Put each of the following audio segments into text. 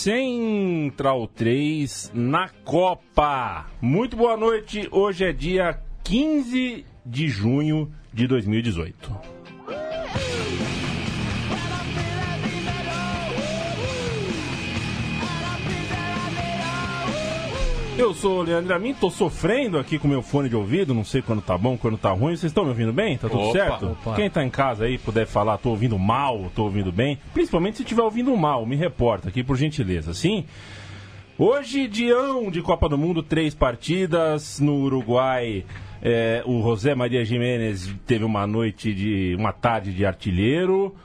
Central 3 na Copa. Muito boa noite, hoje é dia 15 de junho de 2018. Eu sou o Leandro Amin, tô sofrendo aqui com meu fone de ouvido, não sei quando tá bom, quando tá ruim. Vocês estão me ouvindo bem? Tá tudo certo? Opa. Quem tá em casa aí puder falar, tô ouvindo mal, tô ouvindo bem, principalmente se estiver ouvindo mal, me reporta aqui por gentileza, sim? Hoje, dião de Copa do Mundo, 3 partidas no Uruguai. O José Maria Giménez teve uma tarde de artilheiro.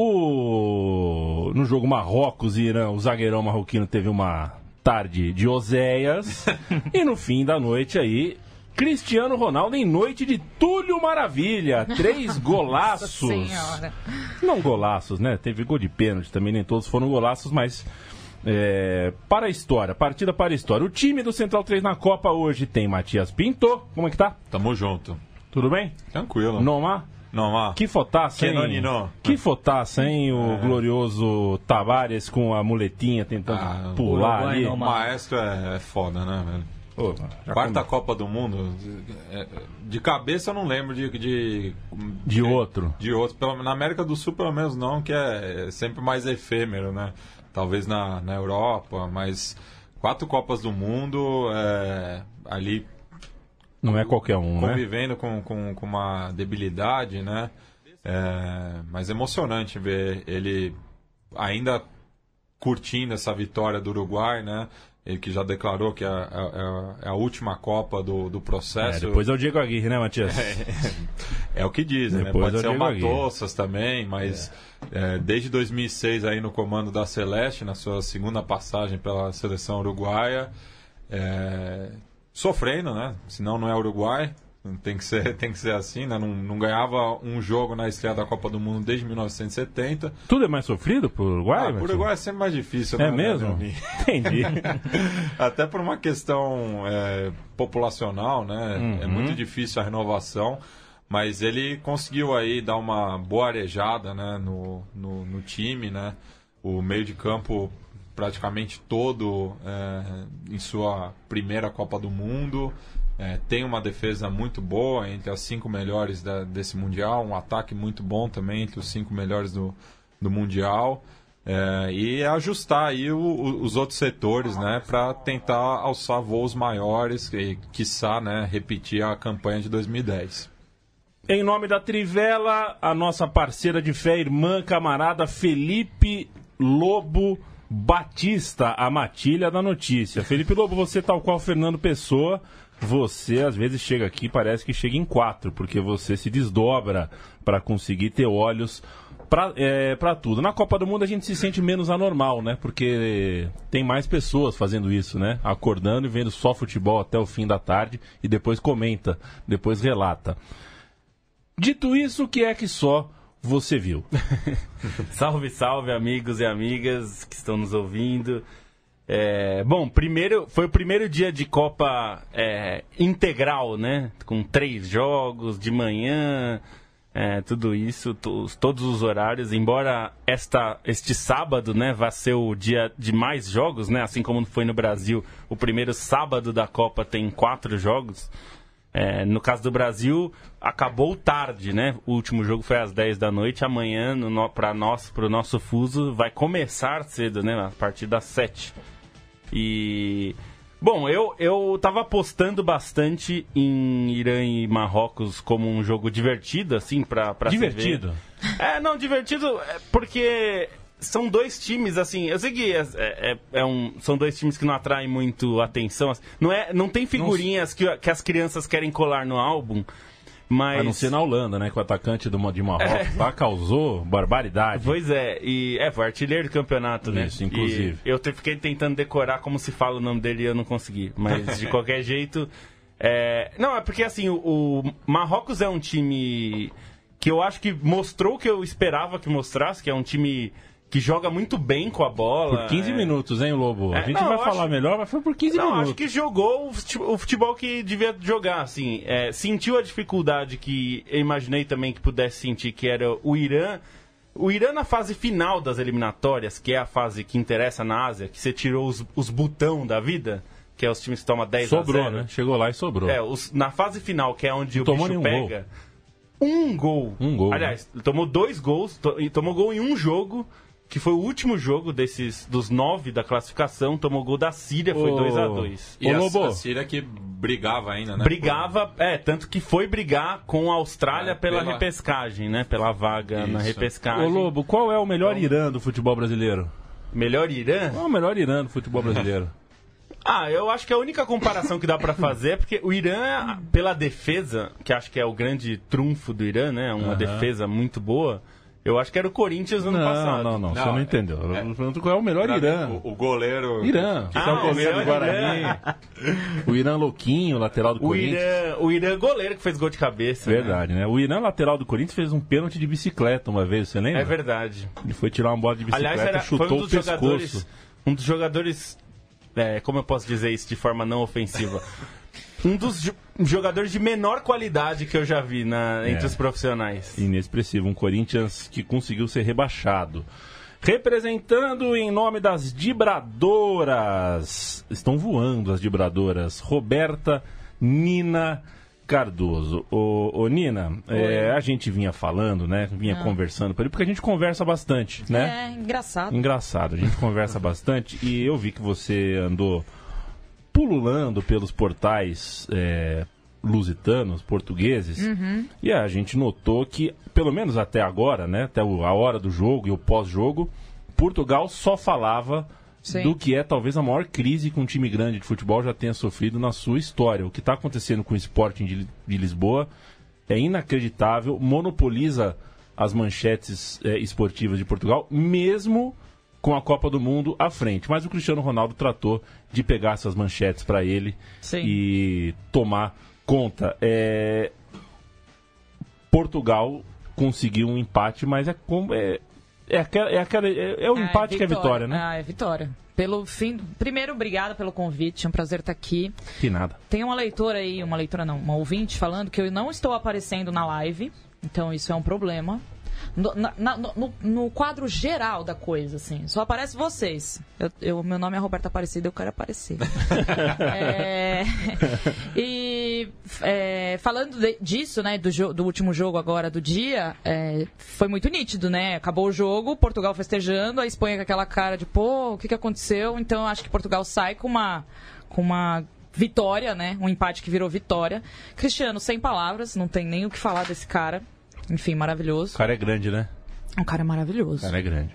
No jogo Marrocos e Irã, o zagueirão marroquino teve uma tarde de Oséias. E no fim da noite aí, Cristiano Ronaldo em noite de Túlio Maravilha. 3 golaços. Nossa Senhora. Não golaços, né? Teve gol de pênalti também, nem todos foram golaços, mas para a história, partida para a história. O time do Central 3 na Copa hoje tem Matias Pinto. Como é que tá? Tamo junto. Tudo bem? Tranquilo. Noma? Noma. Que fotaça, hein? Que fotaça, hein? O glorioso Tavares com a muletinha tentando pular ali. O maestro é foda, né, velho? Pô, Quarta Copa do Mundo. De cabeça eu não lembro de outro. De outro. Na América do Sul, pelo menos não, que é sempre mais efêmero, né? Talvez na Europa, mas 4 Copas do Mundo ali. Não é qualquer um, convivendo com uma debilidade, né? Mas é emocionante ver ele ainda curtindo essa vitória do Uruguai, né? Ele que já declarou que é a última Copa do processo. Depois é o Diego Aguirre, né, Matias? É o que dizem, né? Pode ser o Matossas também, mas desde 2006 aí no comando da Celeste, na sua segunda passagem pela seleção uruguaia, sofrendo, né? Senão não é Uruguai. Tem que ser assim, né? Não ganhava um jogo na estreia da Copa do Mundo desde 1970. Tudo é mais sofrido pro Uruguai? Pro Uruguai é sempre mais difícil, né? É mesmo? Entendi. Até por uma questão populacional, né? Uhum. É muito difícil a renovação. Mas ele conseguiu aí dar uma boa arejada, né? no time, né? O meio de campo praticamente todo em sua primeira Copa do Mundo. Tem uma defesa muito boa, entre as 5 melhores desse Mundial. Um ataque muito bom também, entre os 5 melhores do Mundial. E ajustar aí os outros setores, né, para tentar alçar voos maiores e, quiçá, né, repetir a campanha de 2010. Em nome da Trivela, a nossa parceira de fé, irmã, camarada Felipe Lobo Batista, a matilha da notícia. Felipe Lobo, você tal qual Fernando Pessoa, você às vezes chega aqui e parece que chega em 4, porque você se desdobra para conseguir ter olhos para tudo. Na Copa do Mundo a gente se sente menos anormal, né? Porque tem mais pessoas fazendo isso, né? Acordando e vendo só futebol até o fim da tarde e depois comenta, depois relata. Dito isso, o que é que só você viu? Salve, salve, amigos e amigas que estão nos ouvindo. Bom, foi o primeiro dia de Copa integral, né? Com 3 jogos de manhã, tudo isso, todos os horários. Embora este sábado, né, vá ser o dia de mais jogos, né? Assim como foi no Brasil, o primeiro sábado da Copa tem 4 jogos. No caso do Brasil, acabou tarde, né? O último jogo foi às 10 da noite. Amanhã, para o nosso fuso, vai começar cedo, né? A partir das 7. E... Bom, eu tava apostando bastante em Irã e Marrocos como um jogo divertido, assim, pra divertido? Se ver. Não, divertido porque... São 2 times, assim, eu sei que são 2 times que não atraem muito atenção. Não tem figurinhas que as crianças querem colar no álbum, mas... A não ser na Holanda, né, que o atacante de Marrocos lá causou barbaridade. Pois foi artilheiro do campeonato, né? Isso, inclusive. E eu fiquei tentando decorar como se fala o nome dele e eu não consegui, mas de qualquer jeito... Não, é porque, assim, o Marrocos é um time que eu acho que mostrou o que eu esperava que mostrasse, que é um time... que joga muito bem com a bola. Por 15 minutos, hein, Lobo? A gente vai falar melhor, mas foi por 15 minutos. Acho que jogou o futebol que devia jogar, assim. Sentiu a dificuldade que eu imaginei também que pudesse sentir, que era o Irã. O Irã na fase final das eliminatórias, que é a fase que interessa na Ásia, que você tirou os botão da vida, que é os times que tomam 10-0. Sobrou, né? Chegou lá e sobrou. Na fase final, que é onde Não o bicho pega... Um gol. Aliás, né? tomou 2 gols, tomou gol em um jogo, que foi o último jogo dos 9 da classificação, tomou gol da Síria, foi 2-2. E a Síria que brigava ainda, né? Brigava, tanto que foi brigar com a Austrália pela repescagem, né? Pela vaga na repescagem. Ô Lobo, qual é o melhor Irã do futebol brasileiro? Melhor Irã? Qual é o melhor Irã do futebol brasileiro? Eu acho que a única comparação que dá pra fazer é porque o Irã, pela defesa, que acho que é o grande trunfo do Irã, né? Uma defesa muito boa. Eu acho que era o Corinthians no ano passado. Não, você não entendeu. Qual é o melhor Irã? O goleiro... Irã. Que é o goleiro do Guarani. O Irã louquinho, lateral do Corinthians. O Irã goleiro que fez gol de cabeça. Verdade, né? O Irã lateral do Corinthians fez um pênalti de bicicleta uma vez, você lembra? É verdade. Ele foi tirar uma bola de bicicleta e chutou o pescoço. Um dos jogadores... como eu posso dizer isso de forma não ofensiva? Um dos jogadores de menor qualidade que eu já vi entre os profissionais. Inexpressivo. Um Corinthians que conseguiu ser rebaixado. Representando em nome das Dibradoras. Estão voando as Dibradoras. Roberta Nina Cardoso. Ô Nina, a gente vinha falando, né? Conversando por aí, porque a gente conversa bastante, né? Engraçado. Engraçado, a gente conversa bastante e eu vi que você andou pululando pelos portais lusitanos, portugueses, e a gente notou que, pelo menos até agora, né? Até a hora do jogo e o pós-jogo, Portugal só falava do que é talvez a maior crise que um time grande de futebol já tenha sofrido na sua história. O que está acontecendo com o Sporting de Lisboa é inacreditável, monopoliza as manchetes esportivas de Portugal, mesmo com a Copa do Mundo à frente. Mas o Cristiano Ronaldo tratou de pegar essas manchetes para ele e tomar conta. Portugal conseguiu um empate, mas é o empate que é vitória, né? É vitória. Pelo fim, primeiro, obrigada pelo convite, é um prazer estar aqui. Que nada. Tem uma uma ouvinte falando que eu não estou aparecendo na live, então isso é um problema. No quadro geral da coisa, assim, só aparece vocês. Meu nome é Roberta Aparecida, eu quero aparecer. Falando disso, né, do último jogo agora do dia, foi muito nítido, né? Acabou o jogo, Portugal festejando, a Espanha com aquela cara de, o que aconteceu? Então, eu acho que Portugal sai com uma vitória, né? Um empate que virou vitória. Cristiano, sem palavras, não tem nem o que falar desse cara. Enfim, maravilhoso. O cara é grande, né? Um cara maravilhoso. O cara é grande.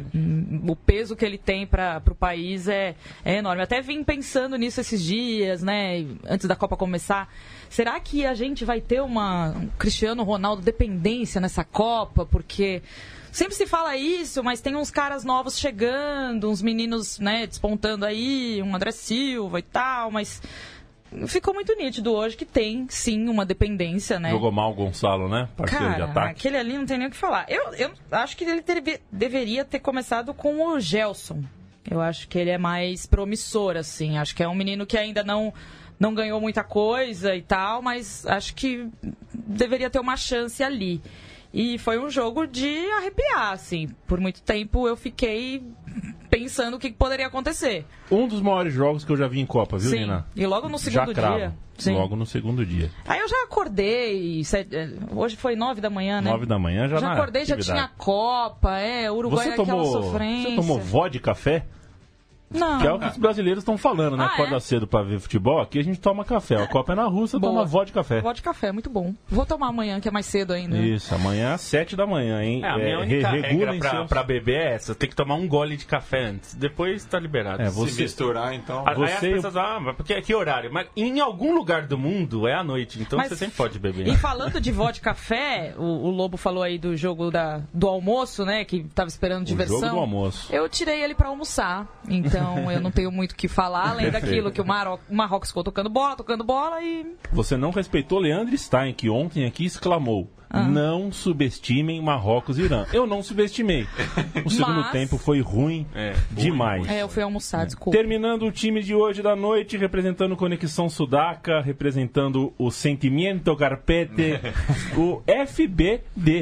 O peso que ele tem para o país é enorme. Até vim pensando nisso esses dias, né? Antes da Copa começar. Será que a gente vai ter um Cristiano Ronaldo dependência nessa Copa? Porque sempre se fala isso, mas tem uns caras novos chegando, uns meninos, né, despontando aí, um André Silva e tal, mas... Ficou muito nítido hoje que tem, sim, uma dependência, né? Jogou mal o Gonçalo, né? Parceiro de ataque. Aquele ali não tem nem o que falar. Eu acho que ele deveria ter começado com o Gelson. Eu acho que ele é mais promissor, assim. Acho que é um menino que ainda não ganhou muita coisa e tal, mas acho que deveria ter uma chance ali. E foi um jogo de arrepiar, assim. Por muito tempo eu fiquei pensando o que poderia acontecer. Um dos maiores jogos que eu já vi em Copa, viu, Nina? E logo no segundo dia. Sim. Logo no segundo dia. Aí eu já acordei, hoje foi 9 da manhã, né? 9 da manhã já acordei, atividade. Já tinha Copa, o Uruguai aquela sofrência. Você tomou vodka café? Não. Que é o que os brasileiros estão falando, né? Acorda cedo pra ver futebol, aqui a gente toma café. A Copa é na Rússia, toma vodka café. Vodka café, muito bom. Vou tomar amanhã, que é mais cedo ainda. Isso, amanhã às 7 da manhã, hein? A minha única regra pra beber é essa. Tem que tomar um gole de café antes. Depois tá liberado. Se misturar, então... Aí as pessoas, porque que horário? Mas em algum lugar do mundo é à noite, então você sempre pode beber. E falando de vodka café, o Lobo falou aí do jogo do almoço, né? Que tava esperando diversão. O jogo do almoço. Eu tirei ele pra almoçar, então eu não tenho muito o que falar, além daquilo que o Marrocos ficou tocando bola e... Você não respeitou Leandro Stein, que ontem aqui exclamou: não subestimem Marrocos e Irã. Eu não subestimei. O segundo tempo foi ruim demais. Eu fui almoçar, desculpa. Terminando o time de hoje da noite, representando Conexão Sudaca, representando o Sentimento Carpete, o FBD.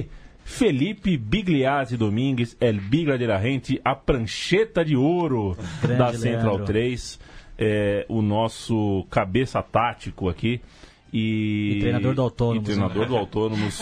Felipe Bigliazzi Domingues, El Bigla de la Gente, a prancheta de ouro da Central Leandro. 3, o nosso cabeça tático aqui. E treinador do Autônomos. E treinador do Autônomos.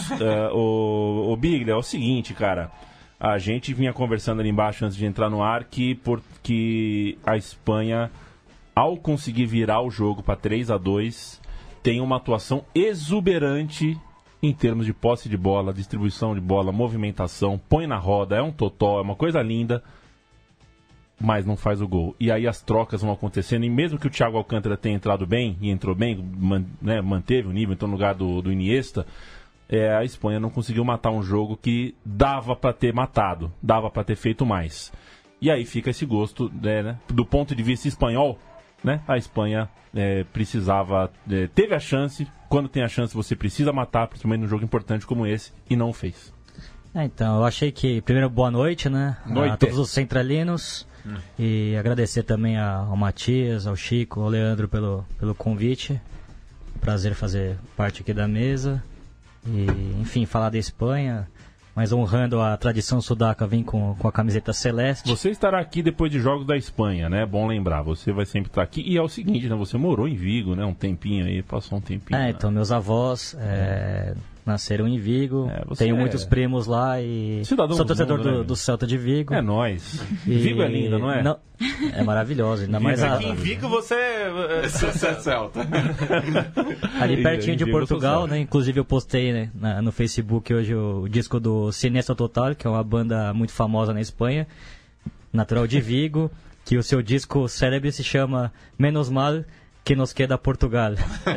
O Biglia, é o seguinte, cara. A gente vinha conversando ali embaixo antes de entrar no ar que a Espanha, ao conseguir virar o jogo para 3-2, tem uma atuação exuberante em termos de posse de bola, distribuição de bola, movimentação, põe na roda, é um totó, é uma coisa linda, mas não faz o gol. E aí as trocas vão acontecendo, e mesmo que o Thiago Alcântara tenha entrado bem, e entrou bem, manteve o nível, entrou no lugar do Iniesta, a Espanha não conseguiu matar um jogo que dava para ter matado, dava para ter feito mais. E aí fica esse gosto, né, do ponto de vista espanhol, né, a Espanha precisava, teve a chance. Quando tem a chance você precisa matar, principalmente num jogo importante como esse, e não o fez. Então, eu achei que, primeiro, boa noite, né, a todos os centralinos, e agradecer também ao Matias, ao Chico, ao Leandro pelo convite. Prazer fazer parte aqui da mesa e, enfim, falar da Espanha, mas honrando a tradição sudaca, vim com a camiseta celeste. Você estará aqui depois de jogos da Espanha, né? Bom lembrar, você vai sempre estar aqui. E é o seguinte, né? Você morou em Vigo, né? Um tempinho aí, passou um tempinho. Então, meus avós nasceram em Vigo, tenho muitos primos lá e cidadão sou torcedor mundo, né? do Celta de Vigo. É nóis. Vigo é lindo, não é? É maravilhoso, ainda Vigo mais é Aqui em Vigo você é Celta. ali pertinho de Vigo eu sou Portugal, Celta. né? Inclusive eu postei, né, no Facebook hoje o disco do Sinestro Total, que é uma banda muito famosa na Espanha, natural de Vigo, que o seu disco célebre se chama Menos Mal que nos queda Portugal.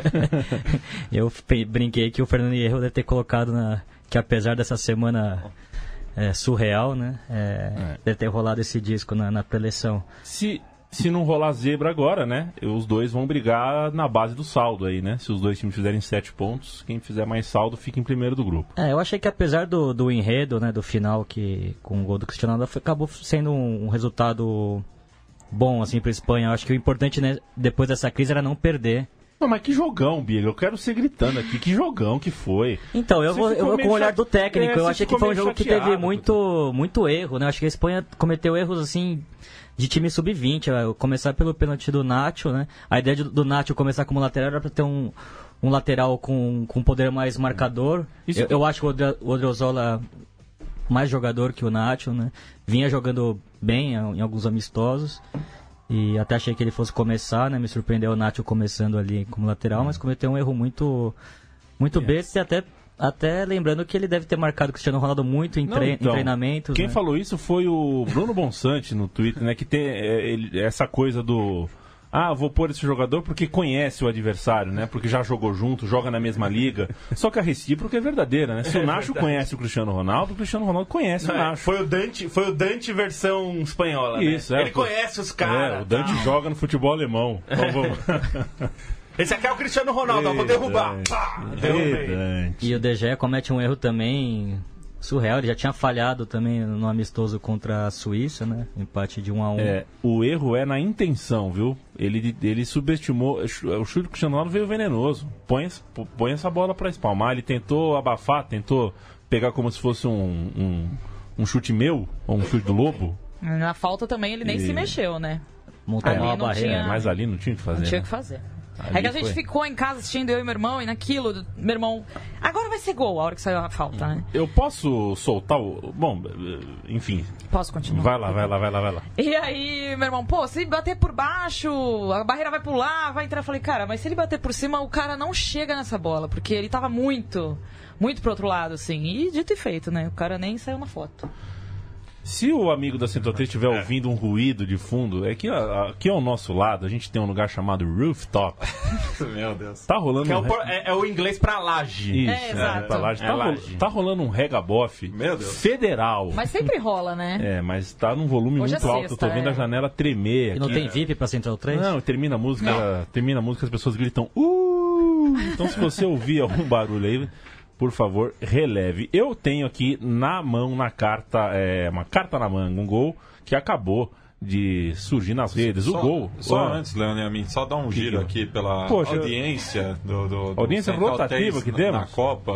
Eu brinquei que o Fernando Hierro deve ter colocado que apesar dessa semana surreal, né, deve ter rolado esse disco na preleção. Se não rolar zebra agora, né? Os dois vão brigar na base do saldo aí, né? Se os dois times fizerem 7 pontos, quem fizer mais saldo fica em primeiro do grupo. Eu achei que apesar do enredo, né, do final, que com o gol do Cristiano Ronaldo, acabou sendo um resultado bom, assim, para a Espanha. Eu acho que o importante, né, depois dessa crise era não perder. Não, mas que jogão, Biga. Eu quero ser gritando aqui. Que jogão que foi. Então, eu vou com o olhar do técnico. Eu achei que foi um jogo que teve muito erro, né? Eu acho que a Espanha cometeu erros, assim, de time sub-20. Começar pelo pênalti do Nacho, né? A ideia do Nacho começar como lateral era para ter um lateral com poder mais marcador. Eu acho que o Odriozola mais jogador que o Nacho, né? Vinha jogando bem em alguns amistosos. E até achei que ele fosse começar, né? Me surpreendeu o Nacho começando ali como lateral, mas cometeu um erro muito besta, e até lembrando que ele deve ter marcado o Cristiano Ronaldo muito em treinamentos. Quem né? falou isso foi o Bruno Bonsante no Twitter, né? Que tem essa coisa do... vou pôr esse jogador porque conhece o adversário, né? Porque já jogou junto, joga na mesma liga. Só que a recíproca é verdadeira, né? Se o Nacho conhece o Cristiano Ronaldo conhece o Nacho. Foi o Dante versão espanhola, Isso, né? Ele conhece os caras. O Dante joga no futebol alemão. Então, vamos... Esse aqui é o Cristiano Ronaldo, vou derrubar. E o De Gea comete um erro também surreal. Ele já tinha falhado também no amistoso contra a Suíça, né? Empate de 1-1. O erro é na intenção, viu? Ele subestimou. O chute do Cristiano Ronaldo veio venenoso. Põe essa bola pra espalmar. Ele tentou abafar, tentou pegar como se fosse um chute meu, ou um chute do Lobo. Na falta também ele nem se mexeu, né? Montou uma barreira. Mas ali não tinha o que fazer. Não tinha o né? que fazer. Ali é que a gente ficou em casa assistindo, eu e meu irmão, e naquilo, meu irmão, agora vai ser gol, a hora que saiu a falta, né? Eu posso soltar o... Bom, enfim. Posso continuar? Vai lá. E aí, meu irmão, se ele bater por baixo, a barreira vai pular, vai entrar. Eu falei, cara, mas se ele bater por cima, o cara não chega nessa bola, porque ele tava muito pro outro lado, assim. E dito e feito, né? O cara nem saiu na foto. Se o amigo da Central 3 estiver ouvindo um ruído de fundo, é que aqui ao nosso lado a gente tem um lugar chamado Rooftop. Meu Deus. Tá rolando É o inglês pra laje. Isso, exato. pra laje. Laje. Tá rolando um regabof Meu Deus. federal. Mas sempre rola, né? Mas tá num volume Hoje muito é alto. sexta, Eu tô vendo a janela tremer aqui. E não tem VIP pra Central 3? Não, termina a música, as pessoas gritam Então se você ouvir algum barulho aí, por favor, releve. Eu tenho aqui na mão, na carta, uma carta na manga, um gol que acabou de surgir nas redes. Antes, Leandro e a mim, só dar um giro aqui pela audiência do audiência Central rotativa 3 que temos na Copa.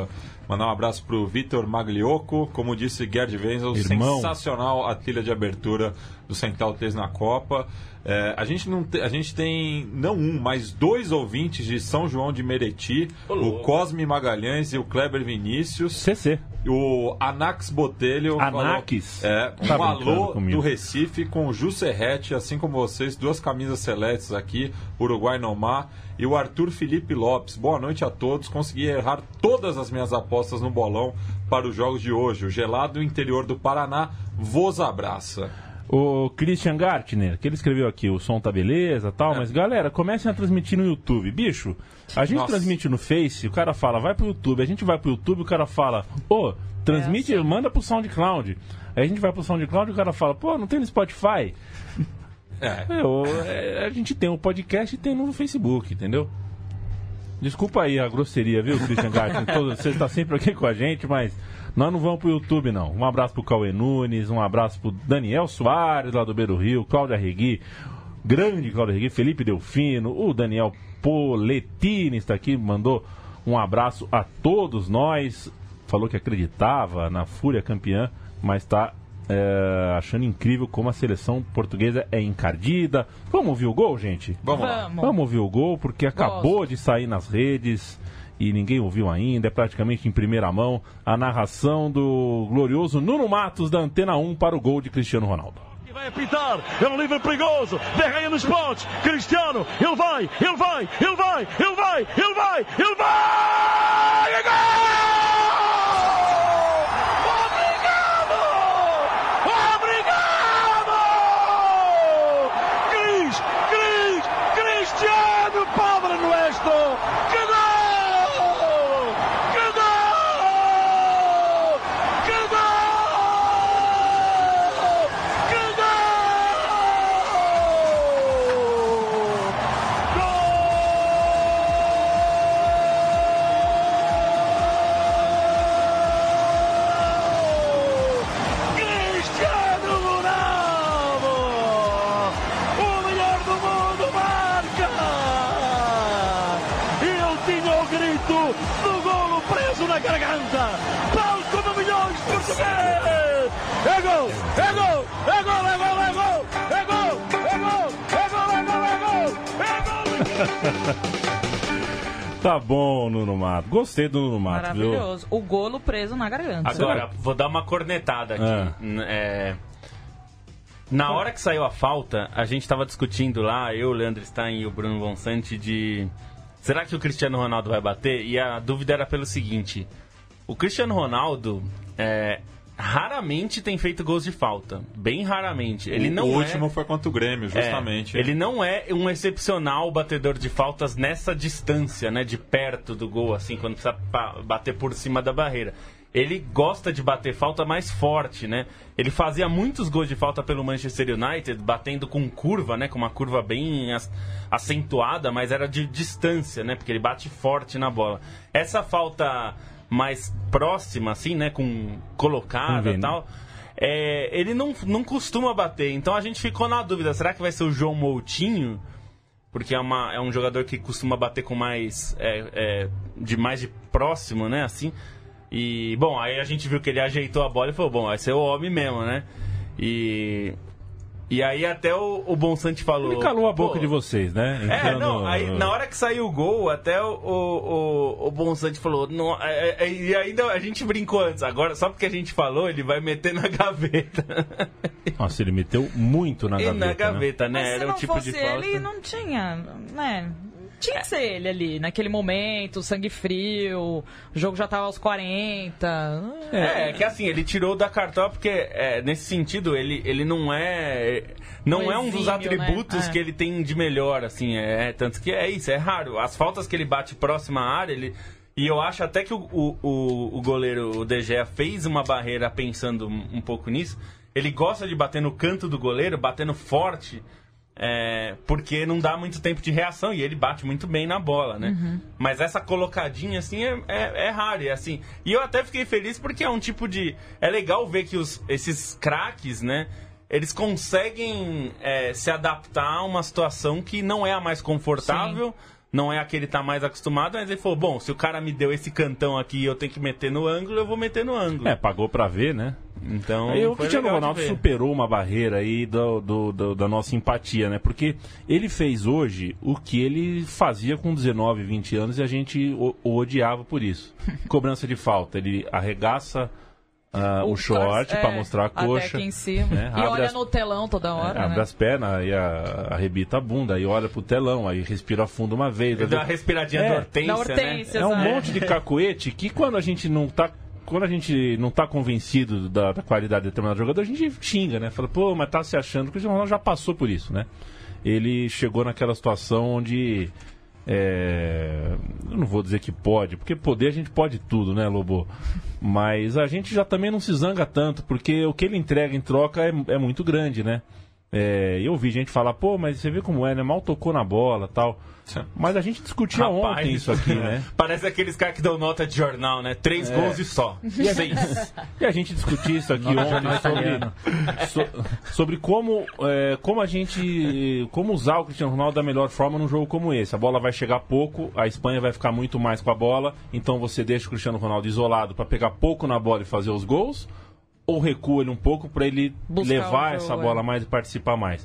Mandar um abraço pro Vitor Magliocco, como disse Gerd Wenzel, sensacional a trilha de abertura do Central 3 na Copa. A gente tem não um, mas 2 ouvintes de São João de Meriti, o Cosme Magalhães e o Kleber Vinícius. CC. O Anax Botelho. Anax? Um alô do Recife com o Ju Serrete, assim como vocês, 2 camisas seletas aqui, Uruguai no Mar. E o Arthur Felipe Lopes. Boa noite a todos. Consegui errar todas as minhas apostas no bolão para os jogos de hoje. O gelado interior do Paraná vos abraça. O Christian Gartner, que ele escreveu aqui, o som tá beleza e tal, mas galera, comecem a transmitir no YouTube. Bicho, a gente transmite no Face, o cara fala, vai pro YouTube. A gente vai pro YouTube, o cara fala, transmite, manda pro SoundCloud. Aí a gente vai pro SoundCloud e o cara fala, não tem no Spotify? A gente tem um podcast e tem no Facebook, entendeu? Desculpa aí a grosseria, viu, Christian Gartner? Você está sempre aqui com a gente, mas nós não vamos pro YouTube, não. Um abraço pro Cauê Nunes, um abraço pro Daniel Soares, lá do Beira Rio, Cláudia Regui, grande Cláudia Regui, Felipe Delfino, o Daniel Poletini está aqui, mandou um abraço a todos nós. Falou que acreditava na Fúria campeã, mas está achando incrível como a seleção portuguesa é encardida. Vamos ouvir o gol, gente? Vamos lá. Vamos ouvir o gol, porque acabou de sair nas redes e ninguém ouviu ainda. É praticamente em primeira mão a narração do glorioso Nuno Matos da Antena 1 para o gol de Cristiano Ronaldo. Vai apitar, é um livre perigoso, derraia nos pontos, Cristiano, ele vai, é gol! Cristiano, Padre Nuestro, que gol! Que gol! Que gol! Que gol! Cristiano Ronaldo, o melhor do mundo, marca! Ele tinha o grito do golo preso na garganta, tal como milhões de portugueses! É gol! É gol! É gol! É gol! É gol! É gol! É gol! É gol! É gol! É gol! Tá bom, Nuno Matos. Gostei do Nuno Matos, viu? Maravilhoso. O golo preso na garganta. Agora, vou dar uma cornetada aqui. Na hora que saiu a falta, a gente tava discutindo lá, eu, o Leandro Stein e o Bruno Bonsante, de... Será que o Cristiano Ronaldo vai bater? E a dúvida era pelo seguinte. O Cristiano Ronaldo raramente tem feito gols de falta. Bem raramente. Ele não o último foi contra o Grêmio, justamente. Ele não é um excepcional batedor de faltas nessa distância, né? De perto do gol, assim, quando precisa bater por cima da barreira. Ele gosta de bater falta mais forte, né? Ele fazia muitos gols de falta pelo Manchester United, batendo com curva, né? Com uma curva bem acentuada, mas era de distância, né? Porque ele bate forte na bola. Essa falta mais próxima, assim, né? Com colocada e tal, ele não costuma bater. Então a gente ficou na dúvida, será que vai ser o João Moutinho? Porque é um jogador que costuma bater com mais de próximo, né? Assim. E, bom, aí a gente viu que ele ajeitou a bola e falou, vai ser o homem mesmo, né? E aí até o Bonsante falou... Ele calou a boca de vocês, né? Aí na hora que saiu o gol, até o Bonsante falou... e ainda a gente brincou antes, agora só porque a gente falou, ele vai meter na gaveta. Nossa, ele meteu muito na gaveta, na gaveta, né? Mas Era se não o tipo fosse de falta... ele, não tinha, né? Tinha que ser ele ali, naquele momento, sangue frio, o jogo já tava aos 40. Que assim, ele tirou da cartola porque, nesse sentido, ele não é um dos atributos, né? Que ele tem de melhor, assim, tanto que é isso, é raro. As faltas que ele bate próxima à área, e eu acho até que o goleiro, o De Gea, fez uma barreira pensando um pouco nisso. Ele gosta de bater no canto do goleiro, batendo forte, porque não dá muito tempo de reação e ele bate muito bem na bola, né? Uhum. Mas essa colocadinha, assim, é raro, assim. E eu até fiquei feliz porque é um tipo de... É legal ver que esses craques, né? Eles conseguem se adaptar a uma situação que não é a mais confortável, não é a que ele tá mais acostumado, mas ele falou, bom, se o cara me deu esse cantão aqui e eu tenho que meter no ângulo, eu vou meter no ângulo. Pagou pra ver, né? Então, o Cristiano Ronaldo superou uma barreira aí da nossa empatia, né? Porque ele fez hoje o que ele fazia com 19, 20 anos e a gente o odiava por isso. Cobrança de falta, ele arregaça o short pra mostrar a coxa. Até aqui em cima. Né? E olha no telão toda hora, abre né? as pernas, aí arrebita a bunda, aí olha pro telão, aí respira fundo uma vez. Ele dá uma respiradinha da Hortência, né? É um monte de cacuete que quando a gente não tá convencido da qualidade de determinado jogador, a gente xinga, né? Fala, pô, mas tá se achando que o Cristiano Ronaldo já passou por isso, né? Ele chegou naquela situação onde eu não vou dizer que pode, porque poder a gente pode tudo, né, Lobo? Mas a gente já também não se zanga tanto, porque o que ele entrega em troca é muito grande, né? Eu ouvi gente falar, pô, mas você vê como né? Mal tocou na bola e tal. Mas a gente discutia ontem isso aqui, né? Parece aqueles caras que dão nota de jornal, né? 3 gols e só. E a gente discutia isso aqui ontem sobre como usar o Cristiano Ronaldo da melhor forma num jogo como esse. A bola vai chegar pouco, a Espanha vai ficar muito mais com a bola, então você deixa o Cristiano Ronaldo isolado para pegar pouco na bola e fazer os gols, ou recua ele um pouco para ele levar essa bola mais e participar mais.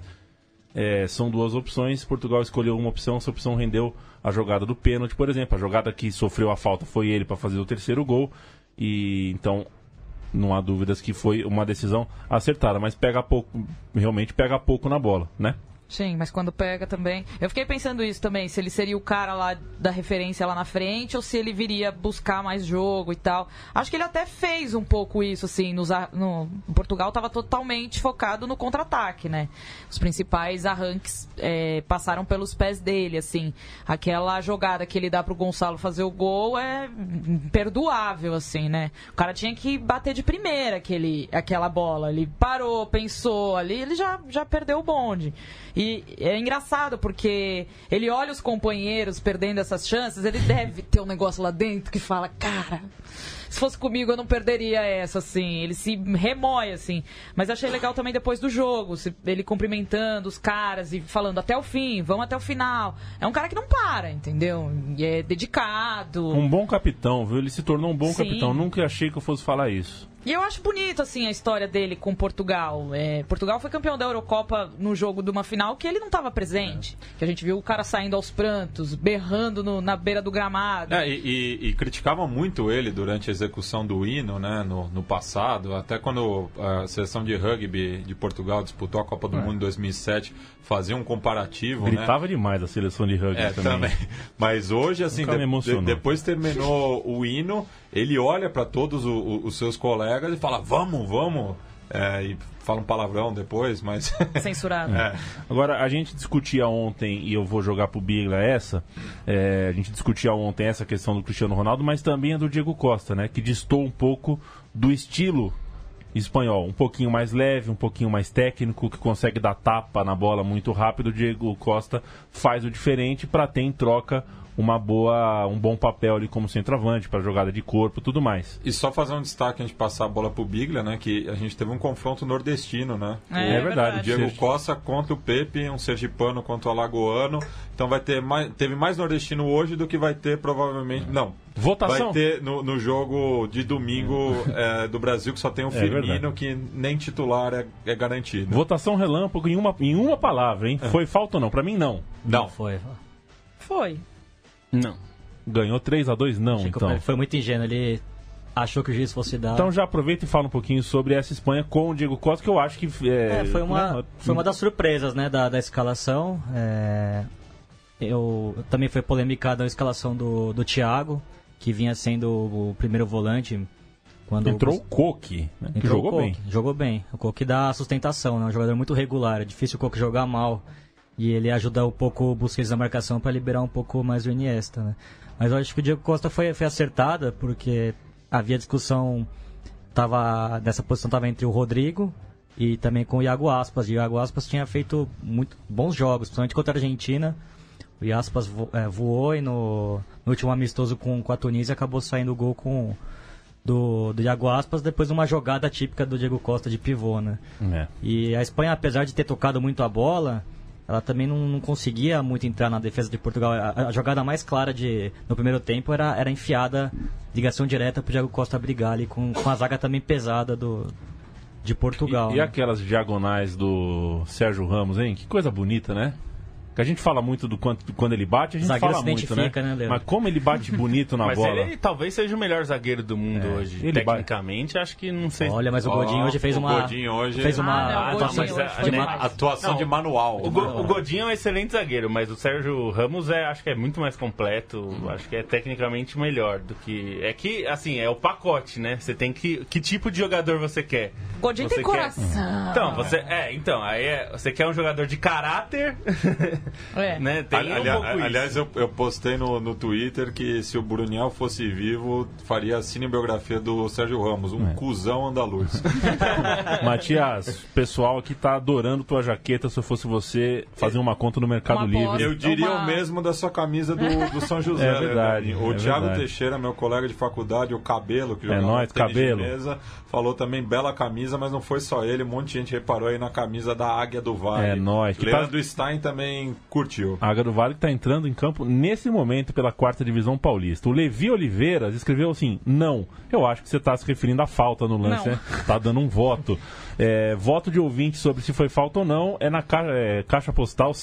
São duas opções, Portugal escolheu uma opção, essa opção rendeu a jogada do pênalti, por exemplo. A jogada que sofreu a falta foi ele para fazer o terceiro gol, e então não há dúvidas que foi uma decisão acertada, mas realmente pega pouco na bola, né? Sim, mas quando pega também... Eu fiquei pensando isso também, se ele seria o cara lá da referência lá na frente ou se ele viria buscar mais jogo e tal. Acho que ele até fez um pouco isso, assim, no Portugal estava totalmente focado no contra-ataque, né? Os principais arranques passaram pelos pés dele, assim. Aquela jogada que ele dá pro Gonçalo fazer o gol é imperdoável, assim, né? O cara tinha que bater de primeira aquela bola. Ele parou, pensou ali, ele já perdeu o bonde. E é engraçado porque ele olha os companheiros perdendo essas chances, ele deve ter um negócio lá dentro que fala, cara, se fosse comigo eu não perderia essa, assim. Ele se remói, assim. Mas achei legal também depois do jogo, ele cumprimentando os caras e falando até o fim, vamos até o final. É um cara que não para, entendeu? E é dedicado. Um bom capitão, viu? Ele se tornou um bom capitão. Nunca achei que eu fosse falar isso. E eu acho bonito, assim, a história dele com Portugal. Portugal foi campeão da Eurocopa no jogo de uma final que ele não estava presente. Que a gente viu o cara saindo aos prantos, berrando na beira do gramado. E criticavam muito ele durante a execução do hino, né, no passado. Até quando a seleção de rugby de Portugal disputou a Copa do Mundo em 2007, fazia um comparativo. Gritava demais a seleção de rugby também. Mas hoje, assim, depois terminou o hino, ele olha para todos os seus colegas e fala, vamos. E fala um palavrão depois, mas... Censurado. Agora, a gente discutia ontem, e eu vou jogar pro Bigla a gente discutia ontem essa questão do Cristiano Ronaldo, mas também a do Diego Costa, né? Que distou um pouco do estilo espanhol. Um pouquinho mais leve, um pouquinho mais técnico, que consegue dar tapa na bola muito rápido. O Diego Costa faz o diferente para ter em troca um bom papel ali como centroavante, para jogada de corpo e tudo mais. E só fazer um destaque antes de passar a bola pro Biglia, né? Que a gente teve um confronto nordestino, né? É verdade. O Diego Costa contra o Pepe, um sergipano contra o alagoano. Então teve mais nordestino hoje do que vai ter provavelmente... Não. Votação? Vai ter no jogo de domingo do Brasil, que só tem o Firmino, que nem titular é garantido. Votação relâmpago em uma palavra, hein? Foi falta ou não? Pra mim, não. Não. Foi. Não. Ganhou 3-2? Não, então. Foi muito ingênuo, ele achou que o juiz fosse dar... Então já aproveita e fala um pouquinho sobre essa Espanha com o Diego Costa, que eu acho que... foi uma das surpresas, né, da escalação. Também foi polemicada a escalação do Thiago, que vinha sendo o primeiro volante. Entrou o Coque, né? Que jogou bem. O Coque dá sustentação, né? Um jogador muito regular, é difícil o Coque jogar mal. E ele ajuda um pouco o Busquets na marcação para liberar um pouco mais o Iniesta, né? Mas eu acho que o Diego Costa foi acertada, porque havia discussão, nessa posição estava entre o Rodrigo e também com o Iago Aspas. E o Iago Aspas tinha feito muito bons jogos, principalmente contra a Argentina. O Aspas voou e no último amistoso com a Tunísia acabou saindo o gol do Iago Aspas, depois de uma jogada típica do Diego Costa de pivô, né? E a Espanha, apesar de ter tocado muito a bola, ela também não conseguia muito entrar na defesa de Portugal. A jogada mais clara no primeiro tempo era enfiada, ligação direta para o Diego Costa brigar ali com a zaga também pesada de Portugal. E aquelas diagonais do Sérgio Ramos, hein? Que coisa bonita, né? Que a gente fala muito do quando ele bate, a gente fala muito, né? Mas como ele bate bonito na bola. Mas ele talvez seja o melhor zagueiro do mundo hoje. Tecnicamente, acho que não sei. Olha, mas o Godinho hoje fez uma atuação de manual. O Godinho é um excelente zagueiro, mas o Sérgio Ramos acho que é muito mais completo. Acho que é tecnicamente melhor do que... É que, assim, é o pacote, né? Você tem que... Que tipo de jogador você quer? Godinho tem coração. Então, você quer um jogador de caráter... Né? Tem aliás, eu postei no Twitter que se o Bruniel fosse vivo, faria a cinebiografia do Sérgio Ramos, cuzão andaluz. Matias, o pessoal aqui tá adorando tua jaqueta. Se eu fosse você, fazer uma conta no Mercado Livre. Eu diria o mesmo da sua camisa do São José. É verdade. Né? O Thiago Teixeira, meu colega de faculdade, o Cabelo, que jogava nóis, Cabelo. De mesa, falou também bela camisa, mas não foi só ele, um monte de gente reparou aí na camisa da Águia do Vale. É nóis. Leandro Stein também curtiu. A Águia do Vale que está entrando em campo nesse momento pela 4ª Divisão Paulista. O Levi Oliveiras escreveu assim: não, eu acho que você está se referindo à falta no lance, né? Tá dando um voto. Voto de ouvinte sobre se foi falta ou não é na caixa postal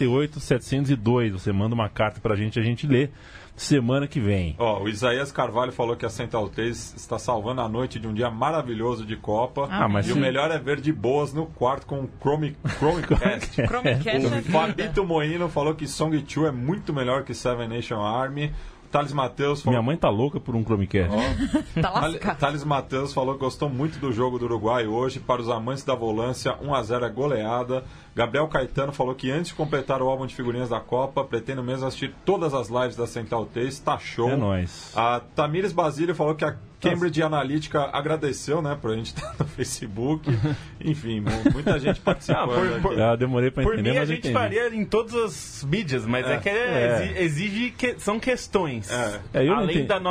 68702. Você manda uma carta pra gente, a gente lê semana que vem. O Isaías Carvalho falou que a Central 3 está salvando a noite de um dia maravilhoso de Copa. O melhor é ver de boas no quarto com o Chromecast. O Fabito Moino falou que Song 2 é muito melhor que Seven Nation Army. Thales Matheus falou... Minha mãe tá louca por um Chromecast. Tá lascado. Thales Matheus falou que gostou muito do jogo do Uruguai hoje. Para os amantes da volância, 1-0 é goleada. Gabriel Caetano falou que antes de completar o álbum de figurinhas da Copa, pretendo mesmo assistir todas as lives da Central 3. Tá show. É nóis. A Tamires Basílio falou que a Cambridge Analytica agradeceu, né, pra gente estar no Facebook. Enfim, muita gente participando. Demorei pra entender, por mim, mas a gente faria em todas as mídias, mas exige são questões. Além da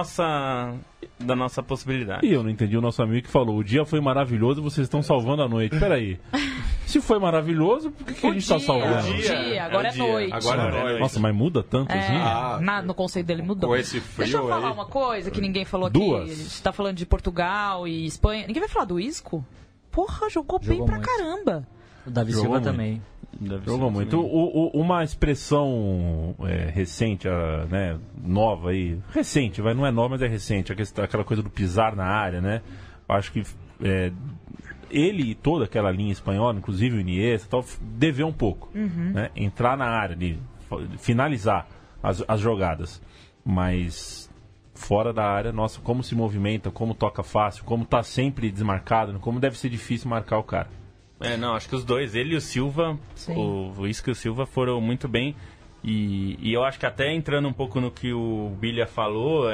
nossa possibilidade. E eu não entendi o nosso amigo que falou: o dia foi maravilhoso, vocês estão salvando a noite. Peraí. Se foi maravilhoso, por que a gente está salvando? Agora é noite. Nossa, mas muda tanto assim? No conceito dele mudou. Com esse frio. Deixa eu falar uma coisa que ninguém falou aqui. A gente tá falando de Portugal e Espanha. Ninguém vai falar do Isco? Porra, jogou bem pra caramba. O Davi Silva também. Jogou muito. Uma expressão recente, né, nova aí. Recente, não é nova, mas é recente. Aquela coisa do pisar na área, né? Acho que ele e toda aquela linha espanhola, inclusive o Iniesta, deveu um pouco. Né? Entrar na área, finalizar as jogadas. Mas fora da área, nossa, como se movimenta, como toca fácil, como tá sempre desmarcado, como deve ser difícil marcar o cara. Acho que os dois, ele e o Silva, o Isco e o Silva foram muito bem. E eu acho que até entrando um pouco no que o Bilha falou,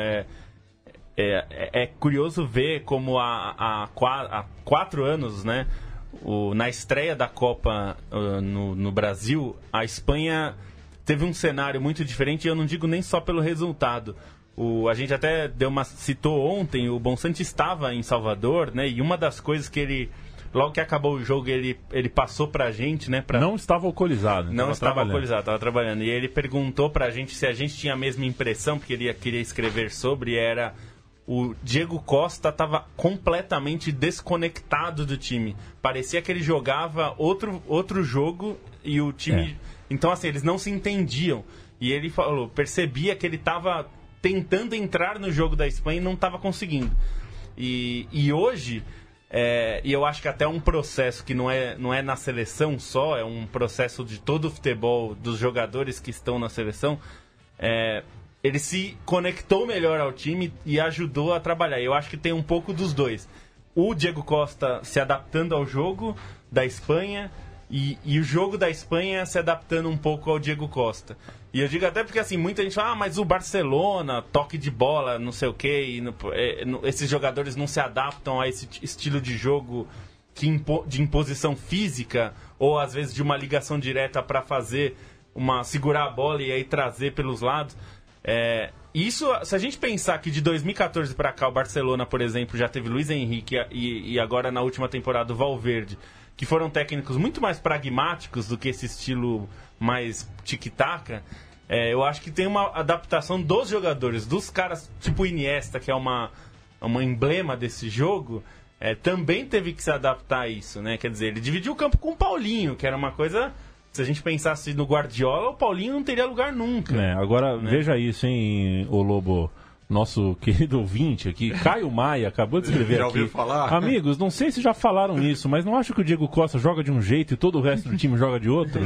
é curioso ver como há 4 anos, né, na estreia da Copa no Brasil, a Espanha teve um cenário muito diferente, e eu não digo nem só pelo resultado. A gente até citou ontem, o Bonsante estava em Salvador, né, e uma das coisas que ele... Logo que acabou o jogo, ele passou pra gente, né? Não estava alcoolizado. Não estava alcoolizado, estava trabalhando. E ele perguntou pra gente se a gente tinha a mesma impressão, porque ele queria escrever sobre, era... O Diego Costa estava completamente desconectado do time. Parecia que ele jogava outro jogo e o time... Então, assim, eles não se entendiam. E ele falou, percebia que ele estava tentando entrar no jogo da Espanha e não estava conseguindo. E hoje... e eu acho que até um processo que não é na seleção só, é um processo de todo o futebol, dos jogadores que estão na seleção, ele se conectou melhor ao time e ajudou a trabalhar. Eu acho que tem um pouco dos dois. O Diego Costa se adaptando ao jogo da Espanha e o jogo da Espanha se adaptando um pouco ao Diego Costa. E eu digo até porque, assim, muita gente fala, mas o Barcelona, toque de bola, não sei o quê, esses jogadores não se adaptam a esse estilo de jogo de imposição física, ou às vezes de uma ligação direta para fazer segurar a bola e aí trazer pelos lados. isso, se a gente pensar que de 2014 para cá o Barcelona, por exemplo, já teve Luiz Henrique e agora na última temporada o Valverde, que foram técnicos muito mais pragmáticos do que esse estilo mais tic-tac, eu acho que tem uma adaptação dos jogadores, dos caras tipo Iniesta, que é uma emblema desse jogo, também teve que se adaptar a isso, né? Quer dizer, ele dividiu o campo com o Paulinho, que era uma coisa... Se a gente pensasse no Guardiola, o Paulinho não teria lugar nunca. Agora, veja isso, hein, ô Lobo. Nosso querido ouvinte aqui, Caio Maia, acabou de escrever já aqui. ouviu falar? Amigos, não sei se já falaram isso, mas não acho que o Diego Costa joga de um jeito e todo o resto do time joga de outro?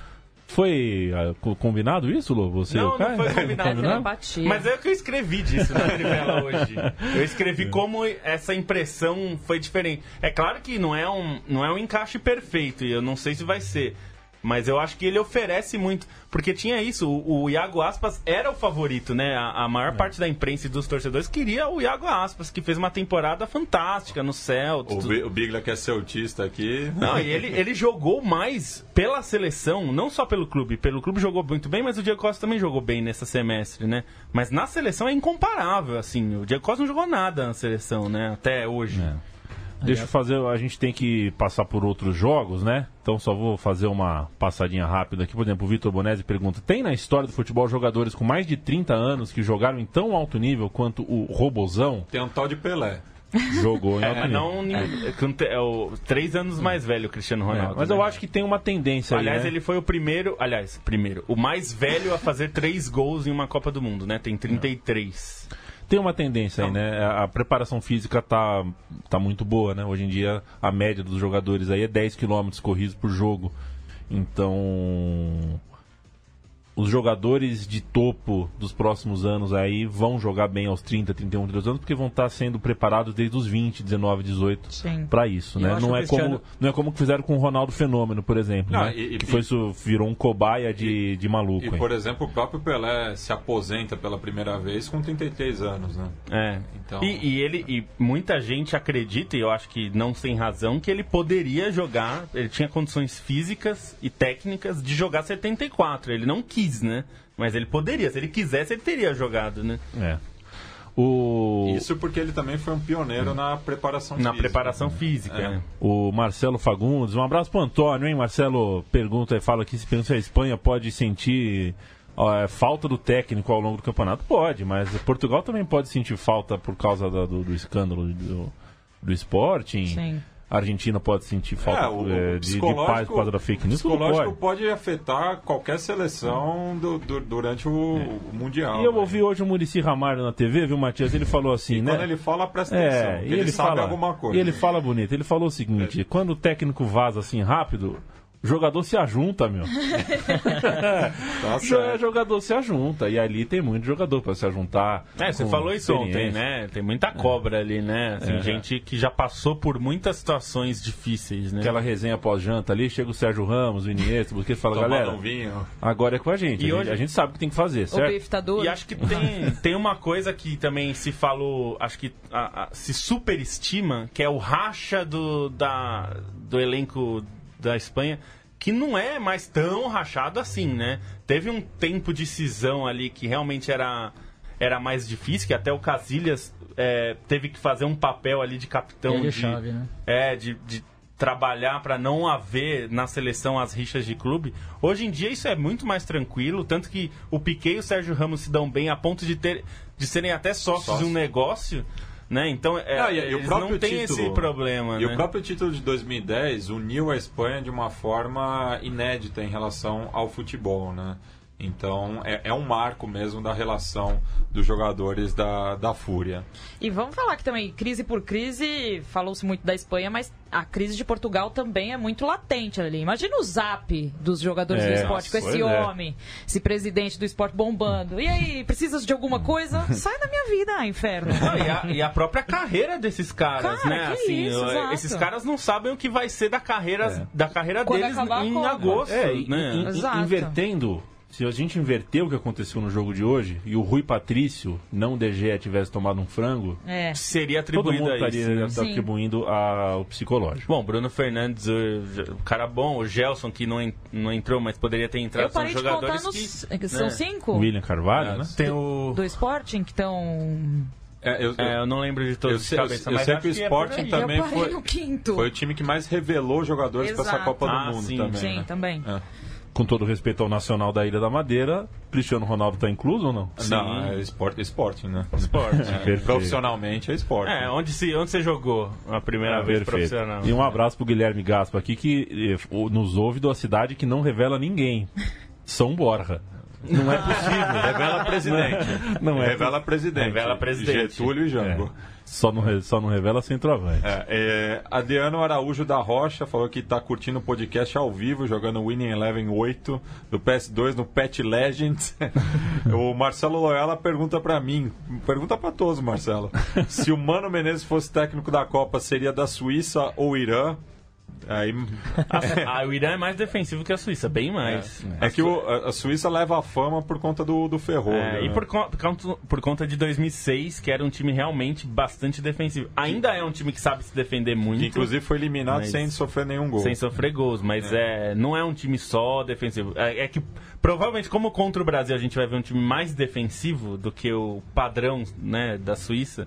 Foi combinado isso, Lobo? Você, não Caio? foi combinado. Mas é o que eu escrevi disso na Trivela hoje. Eu escrevi como essa impressão foi diferente. É claro que não é um encaixe perfeito, e eu não sei se vai ser. Mas eu acho que ele oferece muito. Porque tinha isso, o Iago Aspas era o favorito, né? A maior parte da imprensa e dos torcedores queria o Iago Aspas, que fez uma temporada fantástica no Celtics. O Bigla, que é celtista aqui. Não, e ele jogou mais pela seleção, não só pelo clube. Pelo clube jogou muito bem, mas o Diego Costa também jogou bem nesse semestre, né? Mas na seleção é incomparável, assim. O Diego Costa não jogou nada na seleção, né? Até hoje. Deixa eu fazer, a gente tem que passar por outros jogos, né? Então só vou fazer uma passadinha rápida aqui. Por exemplo, o Vitor Bonesi pergunta: tem na história do futebol jogadores com mais de 30 anos que jogaram em tão alto nível quanto o Robozão? Tem um tal de Pelé. Jogou em alto nível. É o 3 anos mais velho, o Cristiano Ronaldo. Mas eu acho que tem uma tendência aí, aliás, né? ele foi o primeiro, o mais velho a fazer 3 gols em uma Copa do Mundo, né? Tem 33. Tem uma tendência aí, né? A preparação física tá muito boa, né? Hoje em dia, a média dos jogadores aí é 10 km corridos por jogo. Então, os jogadores de topo dos próximos anos aí vão jogar bem aos 30, 31, 32 anos, porque vão estar sendo preparados desde os 20, 19, 18 para isso, né? Não é como que fizeram com o Ronaldo Fenômeno, por exemplo, né? Virou um cobaia de maluco. E, por exemplo, o próprio Pelé se aposenta pela primeira vez com 33 anos, né? Então... E muita gente acredita, e eu acho que não sem razão, que ele poderia jogar, ele tinha condições físicas e técnicas de jogar 74. Ele não quis, né? Mas ele poderia, se ele quisesse, ele teria jogado, né? Isso porque ele também foi um pioneiro na preparação física. Na preparação física, né? O Marcelo Fagundes, um abraço pro Antônio, hein? Marcelo fala aqui se a Espanha pode sentir falta do técnico ao longo do campeonato. Pode, mas Portugal também pode sentir falta por causa do escândalo do Sporting. Sim. A Argentina pode sentir falta de paz por causa da fake news. O psicológico pode afetar qualquer seleção durante o Mundial. E eu ouvi hoje o Muricy Ramalho na TV, viu, Matias? Ele falou assim, né? Quando ele fala, presta atenção. Ele sabe alguma coisa. E ele fala bonito. Ele falou o seguinte: quando o técnico vaza assim rápido, o jogador se ajunta, meu. Jogador se ajunta. E ali tem muito jogador para se ajuntar. Você falou isso ontem, né? Tem muita cobra ali, né? Assim, gente que já passou por muitas situações difíceis, né? Aquela resenha pós-janta ali, chega o Sérgio Ramos, o Iniesta, porque fala, galera, agora é com a gente. E hoje a gente sabe o que tem que fazer, certo? E acho que tem uma coisa que também se falou, acho que se superestima, que é o racha do elenco da Espanha, que não é mais tão rachado assim, né? Teve um tempo de cisão ali que realmente era mais difícil, que até o Casillas teve que fazer um papel ali de capitão chave, né? De trabalhar para não haver na seleção as rixas de clube. Hoje em dia isso é muito mais tranquilo, tanto que o Piqué e o Sérgio Ramos se dão bem a ponto de serem até sócios de um negócio. Né? Então, eles não têm esse problema. E o próprio título de 2010 uniu a Espanha de uma forma inédita em relação ao futebol, né? Então, é um marco mesmo da relação dos jogadores da Fúria. E vamos falar que também, crise por crise, falou-se muito da Espanha, mas a crise de Portugal também é muito latente ali. Imagina o zap dos jogadores do esporte, com esse homem, esse presidente do esporte bombando. E aí, precisas de alguma coisa? Sai da minha vida, inferno. E a própria carreira desses caras, né? Assim, esses caras não sabem o que vai ser da carreira deles em agosto. Invertendo se a gente inverter o que aconteceu no jogo de hoje e o Rui Patrício, não o De Gea, tivesse tomado um frango, seria todo atribuído mundo a isso. estaria atribuindo ao psicológico. Bom, Bruno Fernandes, o cara bom, o Gelson, que não entrou, mas poderia ter entrado, eu parei são de jogadores contar que... São 5? William Carvalho, né? Tem o... Do Sporting, que estão... eu não lembro de todos de cabeça, mas sei acho que o Sporting também foi o time que mais revelou jogadores para essa Copa do Mundo também. Sim, né? também. Com todo respeito ao Nacional da Ilha da Madeira, Cristiano Ronaldo está incluso ou não? Não, é Sporting, né? Profissionalmente é Sporting. Onde você jogou a primeira vez profissional? E um abraço pro Guilherme Gaspa aqui, que nos ouve da cidade que não revela ninguém. São Borja. Não é possível. Revela presidente. Não é. Revela presidente. Revela presidente. Getúlio e Jango. Só não revela centroavante. Adriano Araújo da Rocha falou que está curtindo o podcast ao vivo, jogando Winning Eleven 8 do PS2 no Pet Legends. O Marcelo Loyola pergunta para mim, pergunta para todos, Marcelo, se o Mano Menezes fosse técnico da Copa, seria da Suíça ou Irã? Aí... o Irã é mais defensivo que a Suíça, bem mais. É que a Suíça leva a fama por conta do Ferrolho. E por conta de 2006, que era um time realmente bastante defensivo. Ainda é um time que sabe se defender muito. Que, inclusive foi eliminado sem sofrer nenhum gol. Sem sofrer gols, mas não é um time só defensivo. É que provavelmente, como contra o Brasil a gente vai ver um time mais defensivo do que o padrão, né, da Suíça.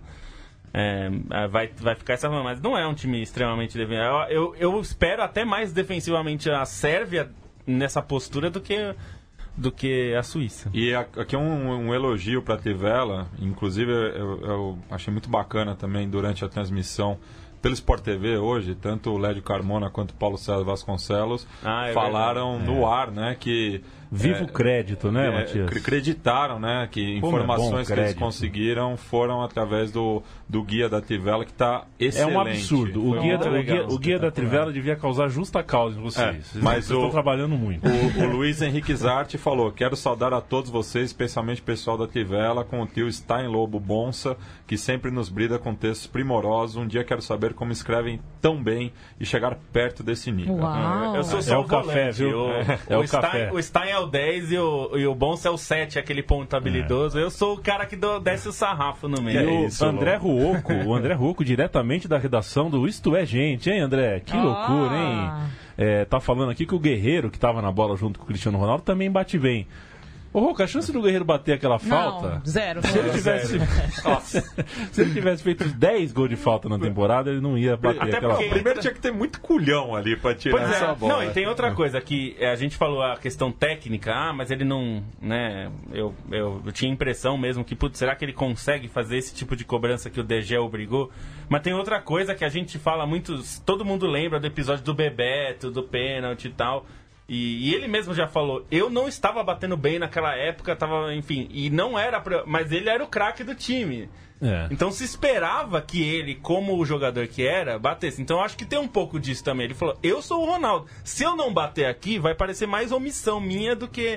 Vai ficar essa fama, mas não é um time extremamente defensivo. Eu espero até mais defensivamente a Sérvia nessa postura do que a Suíça. E aqui um elogio para a Trivela, inclusive eu achei muito bacana também durante a transmissão pelo Sport TV hoje, tanto o Lédio Carmona quanto o Paulo César Vasconcelos falaram no ar, né, que viva o crédito, né, Matias? Acreditaram, né, que informações que eles conseguiram foram através do guia da Trivela, que está excelente. É um absurdo. O guia da Trivela devia causar justa causa em vocês. Mas vocês estão trabalhando muito. O Luiz Henrique Zarte falou: quero saudar a todos vocês, especialmente o pessoal da Trivela, com o tio Stein Lobo Bonsa, que sempre nos brinda com textos primorosos. Um dia quero saber como escrevem tão bem e chegar perto desse nível. Uau. Eu sou só o café, viu? O Stein é o 10 e o Bonsa é o 7, aquele ponto habilidoso. Eu sou o cara que desce o sarrafo no meio. O André Ruoco, diretamente da redação do Isto É Gente, hein, André? Que loucura, hein? Tá falando aqui que o Guerreiro, que tava na bola junto com o Cristiano Ronaldo, também bate bem. Ô, Roca, a chance do Guerreiro bater aquela falta... Zero. Se ele tivesse feito 10 gols de falta na temporada, ele não ia bater aquela falta. Primeiro tinha que ter muito culhão ali pra tirar essa bola. Não, e tem outra coisa, que a gente falou a questão técnica, mas ele não... né? Eu tinha a impressão mesmo que, putz, será que ele consegue fazer esse tipo de cobrança que o De Gea obrigou? Mas tem outra coisa que a gente fala muito... Todo mundo lembra do episódio do Bebeto, do pênalti e tal... E ele mesmo já falou, eu não estava batendo bem naquela época, enfim, e não era, mas ele era o craque do time. Então se esperava que ele, como o jogador que era, batesse. Então eu acho que tem um pouco disso também. Ele falou, eu sou o Ronaldo, se eu não bater aqui, vai parecer mais omissão minha do que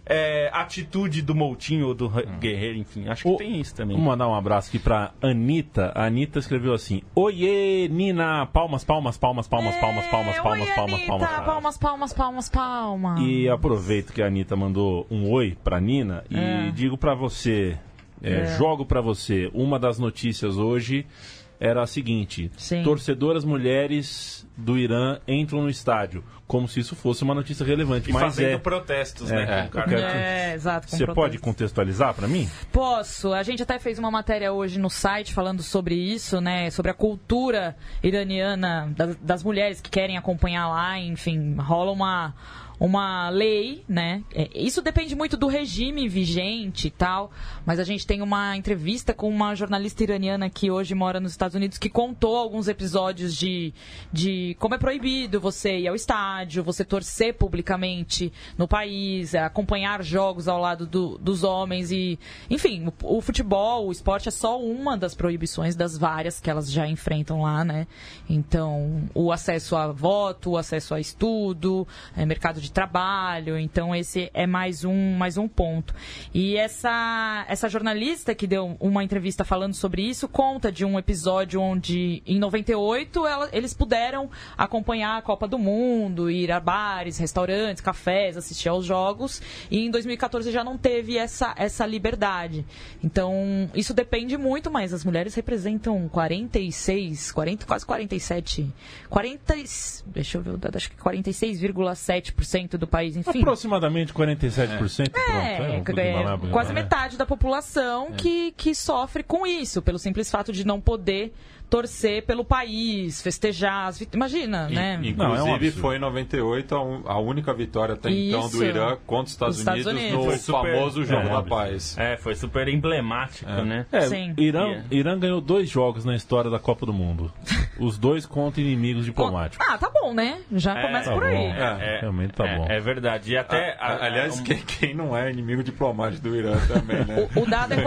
atitude do Moutinho ou do Guerreiro, enfim. Acho que tem isso também. Vamos mandar um abraço aqui pra Anitta. A Anitta escreveu assim: oiê, Nina, palmas, palmas, palmas, palmas, palmas, palmas, palmas, palmas, palmas. Palmas, palmas, palmas, palmas. E aproveito que a Anitta mandou um oi pra Nina e digo pra você, jogo pra você, uma das notícias hoje era a seguinte: torcedoras mulheres do Irã entram no estádio, como se isso fosse uma notícia relevante. E mas fazendo protestos, né? Exato. Você pode contextualizar para mim? Posso. A gente até fez uma matéria hoje no site falando sobre isso, né? Sobre a cultura iraniana das mulheres que querem acompanhar lá. Enfim, rola uma lei, né? Isso depende muito do regime vigente e tal, mas a gente tem uma entrevista com uma jornalista iraniana que hoje mora nos Estados Unidos, que contou alguns episódios de como é proibido você ir ao estádio, você torcer publicamente no país, acompanhar jogos ao lado dos homens e, enfim, o futebol, o esporte é só uma das proibições das várias que elas já enfrentam lá, né? Então, o acesso a voto, o acesso a estudo, mercado de trabalho, então esse é mais um ponto. E essa jornalista que deu uma entrevista falando sobre isso conta de um episódio episódio onde, em 98, eles puderam acompanhar a Copa do Mundo, ir a bares, restaurantes, cafés, assistir aos jogos, e em 2014 já não teve essa liberdade. Então, isso depende muito, mas as mulheres representam quase 47, deixa eu ver o dado, acho que 46,7% do país, enfim. Aproximadamente 47%. Quase metade da população que sofre com isso, pelo simples fato de não poder torcer pelo país, festejar, imagina, né? Inclusive foi em 98 a única vitória até então do Irã contra os Estados Unidos no famoso Jogo da Paz. Foi super emblemático, né? Sim. Irã ganhou 2 jogos na história da Copa do Mundo. Os 2 contra inimigos diplomáticos. Tá bom, né? Já começa por aí. Realmente tá bom. É verdade. E até, aliás, quem não é inimigo diplomático do Irã também, né? O dado é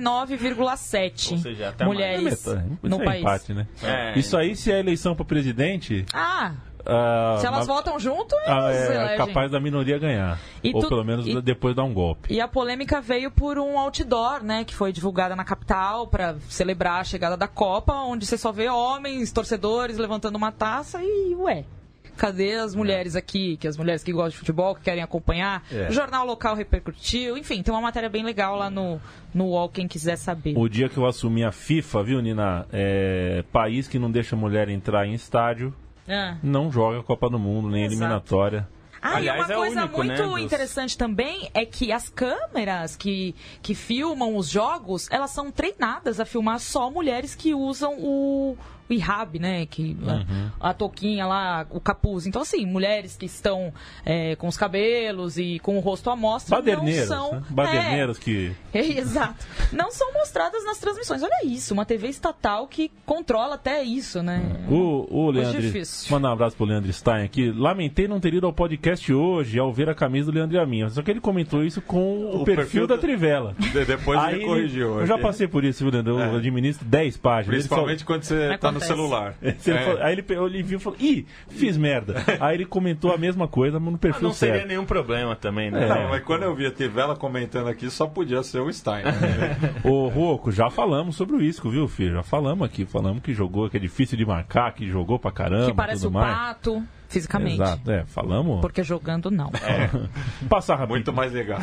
49,7% ou seja, até mulheres no país. Empate, né? Isso aí, se é eleição para presidente... se elas votam junto, é capaz da minoria ganhar. Ou pelo menos depois dar um golpe. E a polêmica veio por um outdoor, né, que foi divulgada na capital para celebrar a chegada da Copa, onde você só vê homens, torcedores levantando uma taça e, cadê as mulheres aqui, as mulheres que gostam de futebol, que querem acompanhar? O jornal local repercutiu, enfim, tem uma matéria bem legal lá no UOL, quem quiser saber. O dia que eu assumi a FIFA, viu, Nina, país que não deixa mulher entrar em estádio, não joga a Copa do Mundo, nem eliminatória. Aliás, e uma coisa muito interessante também é que as câmeras que filmam os jogos, elas são treinadas a filmar só mulheres que usam o hijab, né? A touquinha lá, o capuz. Então, assim, mulheres que estão com os cabelos e com o rosto à mostra baderneiras, não são... né? Baderneiras que... exato. Não são mostradas nas transmissões. Olha isso, uma TV estatal que controla até isso, né? O Leandro... Mandar um abraço pro Leandro Stein aqui. Lamentei não ter ido ao podcast hoje ao ver a camisa do Leandro e a minha. Só que ele comentou isso com o perfil da Trivela. Depois ele corrigiu. Eu já passei por isso, viu, Leandro? Eu administro 10 páginas. Principalmente quando você tá no celular. Aí ele viu e falou, fiz merda. Aí ele comentou a mesma coisa, mas no perfil certo. Não seria nenhum problema também, né? Não, mas quando eu vi a Trivela comentando aqui, só podia ser o Stein. Ô, Rocco, já falamos sobre o Isco, viu, filho? Já falamos aqui, que jogou, que é difícil de marcar, que jogou pra caramba. Que parece tudo o mais. Pato, fisicamente. Exato, falamos. Porque jogando não. Passar rápido. Muito mais legal.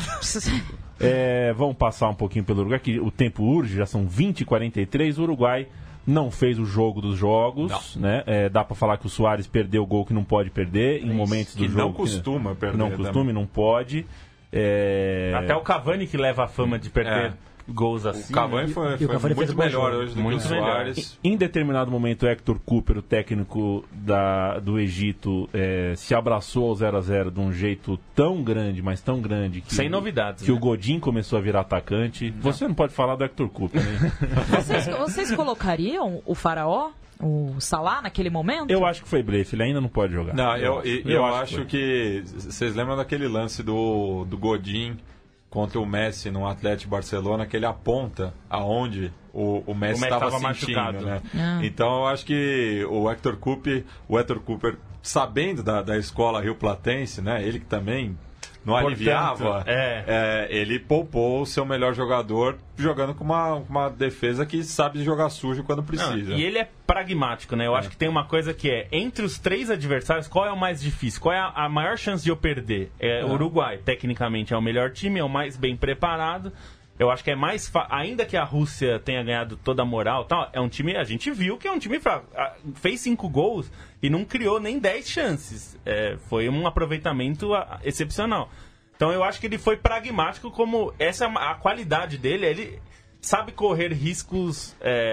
Vamos passar um pouquinho pelo Uruguai, que o tempo urge, já são 20h43, o Uruguai não fez o jogo dos jogos, né? Dá pra falar que o Suárez perdeu o gol que não pode perder em momentos do jogo. Não costuma perder. Não costuma e não pode. Até o Cavani que leva a fama de perder gols assim. O Cavani foi muito melhor hoje do que o Suárez. Em determinado momento, Héctor Cooper, o técnico do Egito, se abraçou ao 0-0 de um jeito tão grande, mas tão grande, que, sem novidades, que o Godin começou a virar atacante. Você não pode falar do Héctor Cooper, né? Vocês colocariam o Faraó, o Salah, naquele momento? Eu acho que foi blefe, ele ainda não pode jogar. Não, eu acho que... Vocês lembram daquele lance do Godin contra o Messi no Atlético Barcelona, que ele aponta aonde o Messi estava sentindo, machucado, né? Então eu acho que o Héctor Cooper, sabendo da escola rioplatense, né? Ele que também não aliviava, ele poupou o seu melhor jogador jogando com uma defesa que sabe jogar sujo quando precisa. Não, e ele é pragmático, né? Eu acho que tem uma coisa que entre os 3 adversários, qual é o mais difícil? Qual é a maior chance de eu perder? O Uruguai, tecnicamente, é o melhor time, é o mais bem preparado. Eu acho que é mais ainda que a Rússia tenha ganhado toda a moral, tal, é um time, a gente viu que é um time fraco. Fez 5 gols e não criou nem 10 chances. Foi um aproveitamento excepcional. Então eu acho que ele foi pragmático, como essa a qualidade dele, ele sabe correr riscos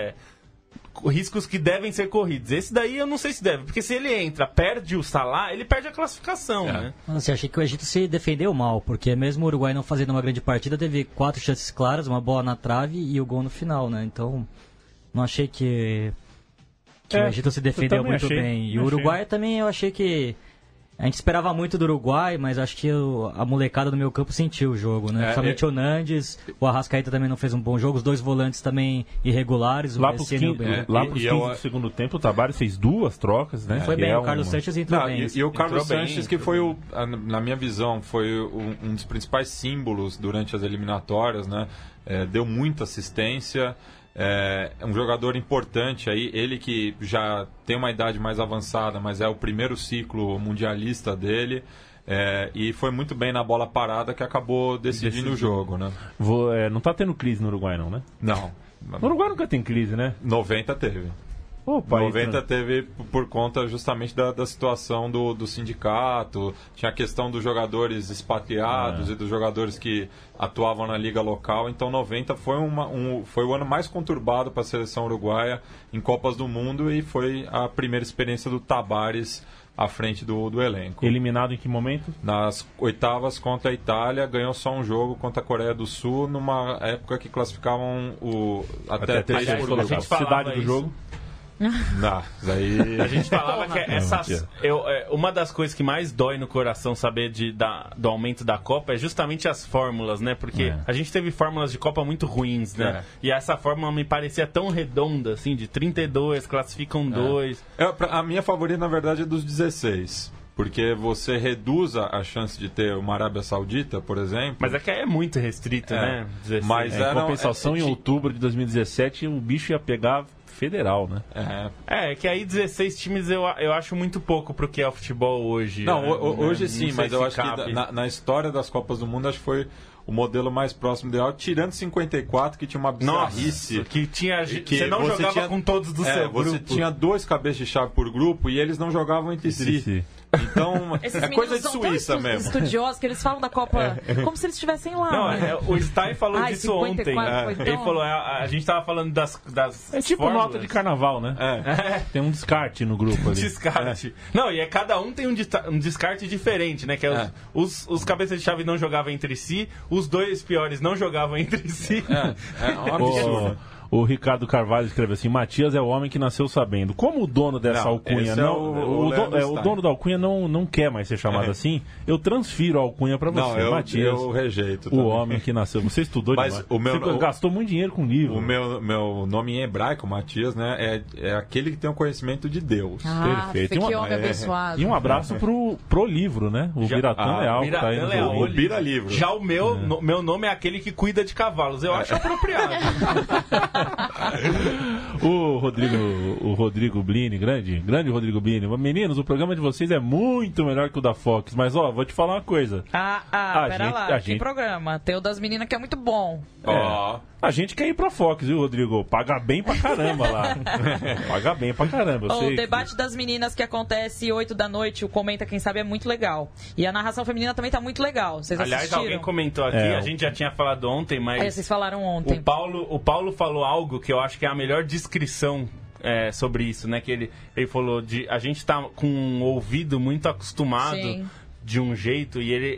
que devem ser corridos. Esse daí eu não sei se deve, porque se ele perde o Salah, ele perde a classificação, né? Assim, achei que o Egito se defendeu mal, porque mesmo o Uruguai não fazendo uma grande partida, teve 4 chances claras, uma bola na trave e o gol no final, né? Então, não achei que o Egito se defendeu muito bem. E o Uruguai também eu achei que... A gente esperava muito do Uruguai, mas acho que a molecada do meu campo sentiu o jogo, né? Principalmente o Nandes, o Arrascaeta também não fez um bom jogo, os 2 volantes também irregulares. Lá para os 15 do segundo tempo, o Tabárez fez 2 trocas, né? Foi bem, o Carlos Sanches entrou bem. E o Carlos Sanches, que foi, na minha visão, foi um dos principais símbolos durante as eliminatórias, né? Deu muita assistência. É um jogador importante aí, ele que já tem uma idade mais avançada, mas é o primeiro ciclo mundialista dele. E foi muito bem na bola parada que acabou decidindo o jogo, né? Não tá tendo crise no Uruguai, não, né? Não. No Uruguai nunca tem crise, né? 90 teve. Opa, 90 teve por conta justamente da situação do sindicato, tinha a questão dos jogadores expatriados e dos jogadores que atuavam na liga local, então 90 foi o ano mais conturbado para a seleção uruguaia em Copas do Mundo e foi a primeira experiência do Tabárez à frente do elenco. Eliminado em que momento? Nas oitavas contra a Itália, ganhou só um jogo contra a Coreia do Sul, numa época que classificavam até 3 por grupo. Cidade do jogo? Não, daí... A gente falava que uma das coisas que mais dói no coração saber do aumento da Copa é justamente as fórmulas, né? Porque a gente teve fórmulas de Copa muito ruins, né? E essa fórmula me parecia tão redonda, assim, de 32, classificam 2. A minha favorita, na verdade, é dos 16. Porque você reduz a chance de ter uma Arábia Saudita, por exemplo. Mas é que é muito restrito, né? 16. Mas em compensação, em outubro de 2017, o bicho ia pegar federal, né? Que aí 16 times eu acho muito pouco pro que é o futebol hoje. Não, hoje sim, mas eu acho que na história das Copas do Mundo, acho que foi o modelo mais próximo ideal, tirando 54, que tinha uma bizarrice. Nossa, que tinha, você não jogava com todos do seu grupo. Você tinha 2 cabeças de chave por grupo e eles não jogavam entre si. Então, esses coisa de Suíça mesmo. Estudiosos, que eles falam da Copa como se eles estivessem lá. Não, né? O Stein falou disso ontem. Ele falou, a gente tava falando das é tipo fórmulas. Nota de carnaval, né? Tem um descarte no grupo ali. Descarte. Não, e cada um tem um descarte diferente, né? Que os cabeças de chave não jogavam entre si, os 2 piores não jogavam entre si. É um absurdo. O Ricardo Carvalho escreve assim: Matias é o homem que nasceu sabendo. Como o dono dessa alcunha o dono da alcunha não quer mais ser chamado assim, eu transfiro a alcunha para você, Matias. Eu rejeito. O homem que nasceu. Você estudou demais. Você gastou muito dinheiro com livro. O meu nome em hebraico, Matias, né, é aquele que tem o conhecimento de Deus. Perfeito. Que homem abençoado. E um abraço pro livro, né? O Biratã Leal. O Bira Livro. Já o meu nome é aquele que cuida de cavalos. Eu acho apropriado. O Rodrigo Blini, grande Rodrigo Blini. Meninos, o programa de vocês é muito melhor que o da Fox, mas vou te falar uma coisa. Pera lá, que programa? Tem o das meninas que é muito bom. A gente quer ir pra Fox, viu, Rodrigo? Paga bem pra caramba lá. Paga bem pra caramba. O debate das meninas que acontece 8 da noite, o Comenta Quem Sabe é muito legal. E a narração feminina também tá muito legal. Vocês assistiram? Alguém comentou aqui, a gente já tinha falado ontem, mas... vocês falaram ontem. O Paulo falou algo que eu acho que é a melhor descrição sobre isso, né? Que ele falou a gente tá com um ouvido muito acostumado de um jeito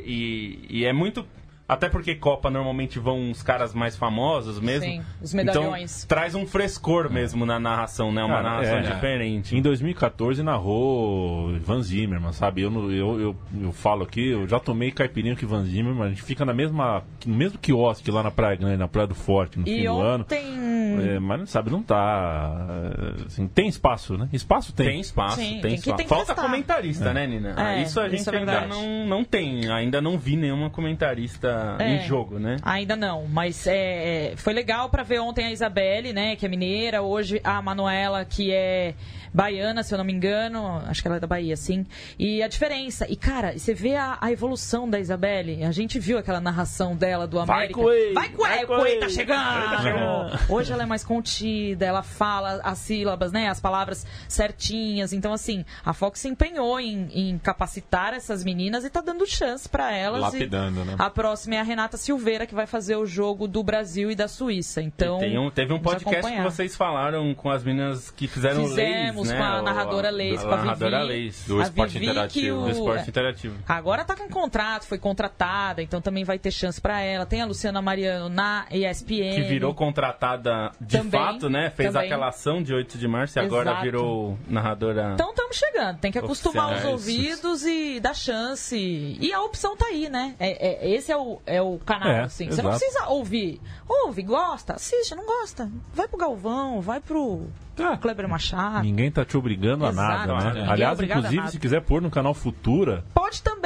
e é muito... Até porque Copa normalmente vão uns caras mais famosos mesmo. Sim, os medalhões. Então traz um frescor mesmo na narração, né? Uma narração diferente. Em 2014 narrou Ivan Zimmermann, sabe? Eu falo aqui, eu já tomei caipirinha com Ivan Zimmermann, a gente fica no mesmo quiosque lá na Praia Grande, na Praia do Forte, no fim do ano. Mas sabe, não tá... Assim, tem espaço, né? Espaço tem. Tem espaço, Sim, tem espaço. Falta comentarista, né, Nina? Isso a gente ainda não tem. Ainda não vi nenhuma comentarista em jogo, né? Ainda não, mas foi legal pra ver ontem a Isabelle, né, que é mineira, hoje a Manuela, que é baiana, se eu não me engano, acho que ela é da Bahia, sim, e a diferença, e cara, você vê a evolução da Isabelle, a gente viu aquela narração dela do América. Vai Coei, tá chegando! Hoje ela é mais contida, ela fala as sílabas, né, as palavras certinhas, então assim, a Fox se empenhou em capacitar essas meninas e tá dando chance pra elas. Lapidando, né? A próxima é a Renata Silveira, que vai fazer o jogo do Brasil e da Suíça. Então, teve um podcast que vocês falaram com as meninas que fizeram Fizemos, né? com a narradora Leis, com a Vivi. Do Esporte Interativo. Do Esporte Interativo. Agora tá com contrato, foi contratada, então também vai ter chance pra ela. Tem a Luciana Mariano na ESPN. Que virou contratada de fato, né? Fez aquela ação de 8 de março e agora virou narradora. Então estamos chegando, tem que acostumar os ouvidos e dar chance. E a opção tá aí, né? Esse é o canal, assim. Você não precisa ouvir. Ouve, gosta, assiste, não gosta. Vai pro Galvão, vai pro Kleber Machado. Ninguém tá te obrigando a nada, né? Aliás, inclusive, se quiser pôr no canal Futura... Pode também.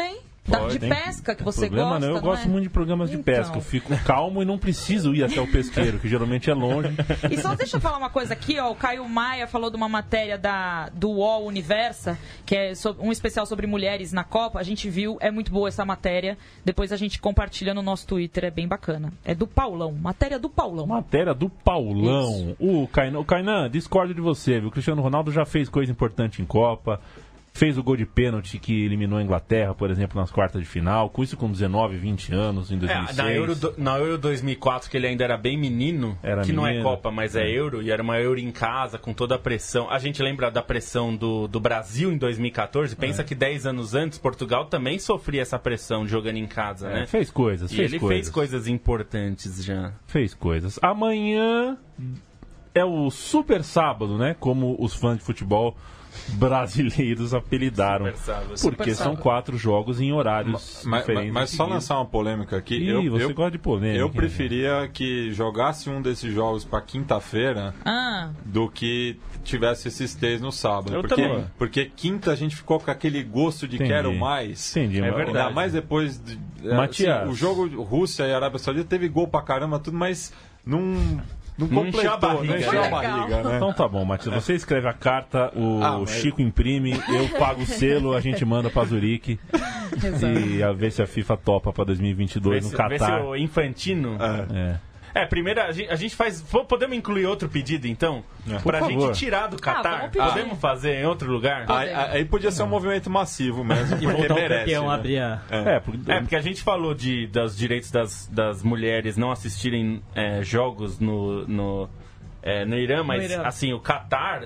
De pesca que você problema gosta, não, eu gosto muito de programas de pesca. Eu fico calmo e não preciso ir até o pesqueiro, que geralmente é longe. E só deixa eu falar uma coisa aqui, ó. O Caio Maia falou de uma matéria do UOL Universa, que é um especial sobre mulheres na Copa. A gente viu, é muito boa essa matéria. Depois a gente compartilha no nosso Twitter, é bem bacana. É do Paulão, matéria do Paulão. Matéria do Paulão. O Kainan, discordo de você, viu? O Cristiano Ronaldo já fez coisa importante em Copa. Fez o gol de pênalti que eliminou a Inglaterra, por exemplo, nas quartas de final. Com isso com 19, 20 anos, em 2006. Na Euro 2004, que ele ainda era bem menino, não é Copa, mas é Euro, e era uma Euro em casa, com toda a pressão. A gente lembra da pressão do Brasil em 2014. Pensa que 10 anos antes, Portugal também sofria essa pressão jogando em casa, né? Fez coisas, fez coisas importantes já. Fez coisas. Amanhã é o super sábado, né? Como os fãs de futebol brasileiros apelidaram, porque são 4 jogos em horários diferentes. Mas só lançar uma polêmica aqui. Você gosta de polêmica. Eu preferia que jogasse um desses jogos para quinta-feira do que tivesse esses 3 no sábado. Porque quinta a gente ficou com aquele gosto de quero mais. Entendi, é verdade. Ainda mais depois o jogo Rússia e Arábia Saudita teve gol pra caramba, tudo, mas não completou, não encheu a barriga, né? Então tá bom, Matias. Você escreve a carta, o Chico imprime, eu pago o selo, a gente manda pra Zurique. E a ver se a FIFA topa pra 2022 no Catar. Vê se o Infantino... primeiro a gente faz... Podemos incluir outro pedido, então? Pra gente tirar do Catar? Podemos fazer em outro lugar? Aí podia ser um movimento massivo mesmo, porque voltar merece. Campeão, abrir porque a gente falou dos direitos das mulheres não assistirem jogos no Irã, mas assim, o Catar...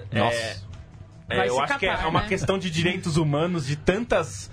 eu acho que é uma questão de direitos humanos de tantos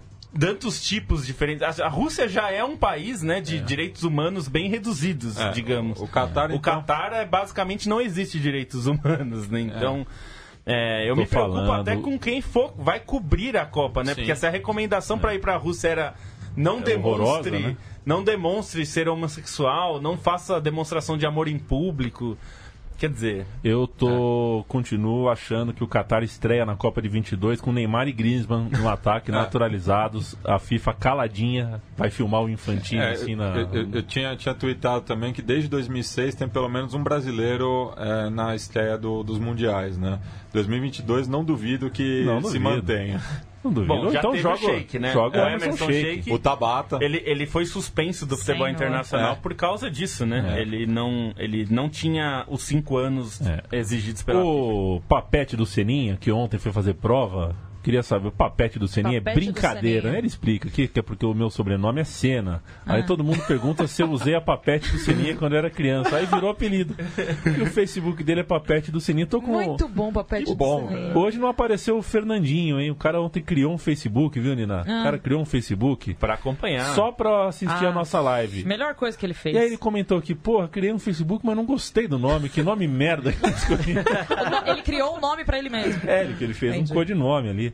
tipos diferentes. A Rússia já é um país, né, de direitos humanos bem reduzidos, digamos. O Catar, basicamente não existe direitos humanos, né? Então, eu me preocupo até com quem vai cobrir a Copa, né? Sim. Porque essa recomendação para ir para a Rússia era não demonstre ser homossexual, não faça demonstração de amor em público. Quer dizer... Eu continuo achando que o Catar estreia na Copa de 22 com Neymar e Griezmann no ataque, naturalizados. A FIFA caladinha vai filmar o Infantino assim na... Eu tinha tweetado também que desde 2006 tem pelo menos um brasileiro na estreia dos mundiais, né? 2022 não duvido que se mantenha. Não duvido. Bom, já então teve joga o Sheik, né? Joga o Emerson Sheik. O Tabata. Ele foi suspenso do futebol internacional por causa disso, né? Ele não tinha os 5 anos exigidos pela FIFA. O Papete do Seninha, que ontem foi fazer prova... Queria saber, o Papete do Seninha é brincadeira, né? Ele explica que é porque o meu sobrenome é Senna. Aí todo mundo pergunta se eu usei a Papete do Seninha quando eu era criança. Aí virou apelido. E o Facebook dele é Papete do Seninha. Muito bom, Papete do Seninha. Hoje não apareceu o Fernandinho, hein? O cara ontem criou um Facebook, viu, Nina? O cara criou um Facebook pra acompanhar. Só pra assistir a nossa live. Melhor coisa que ele fez. E aí ele comentou aqui, criei um Facebook, mas não gostei do nome. Que nome merda que eu escolhi. Ele criou um nome pra ele mesmo. Ele fez um codinome ali.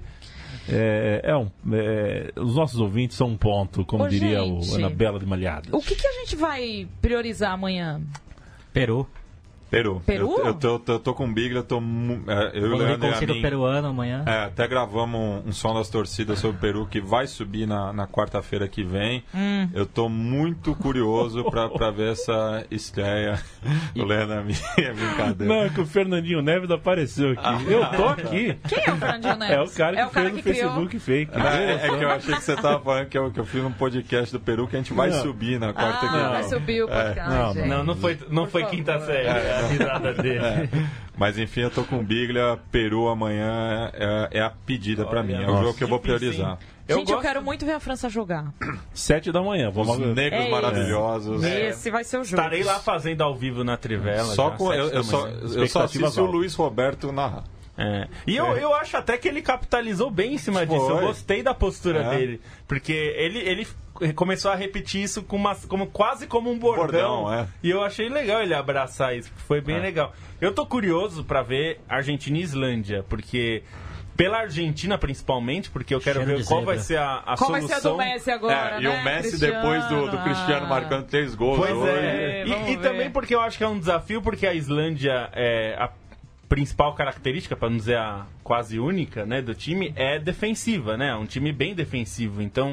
Os nossos ouvintes são um ponto, como diria o Anabela de Malhadas. O que a gente vai priorizar amanhã? Peru. Peru? Eu tô com Biglia, eu e o Leandro e a mim, peruano amanhã. Até gravamos um som das torcidas sobre o Peru que vai subir na quarta-feira que vem. Eu tô muito curioso pra ver essa estreia. O Leandro e a mim, é brincadeira. Não, é que o Fernandinho Neves apareceu aqui. Eu tô aqui. Quem é o Fernandinho Neves? É o cara que fez no Facebook fake. É que eu achei que você tava falando que eu fiz um podcast do Peru que a gente vai subir na quarta que vem. Vai subir o podcast. Não foi quinta série. A risada dele. Mas enfim, eu tô com Biglia. Peru amanhã é a pedida pra mim. É o jogo que eu vou priorizar. Eu quero muito ver a França jogar. 7 da manhã. Os negros maravilhosos. Esse vai ser o jogo. Estarei lá fazendo ao vivo na Trivela. Eu só assisti o Luiz Roberto narrar. E eu acho até que ele capitalizou bem em cima disso. Eu gostei da postura dele. Porque ele começou a repetir isso quase como um bordão. E eu achei legal ele abraçar isso. Foi bem legal. Eu tô curioso pra ver Argentina e Islândia. Porque... Pela Argentina, principalmente, porque eu quero ver qual vai ser a solução. Qual vai ser a do Messi agora, E o Messi depois do Cristiano marcando 3 gols. Pois E também porque eu acho que é um desafio, porque a Islândia a principal característica, para não dizer a quase única, né, do time, é defensiva, né? É um time bem defensivo. Então,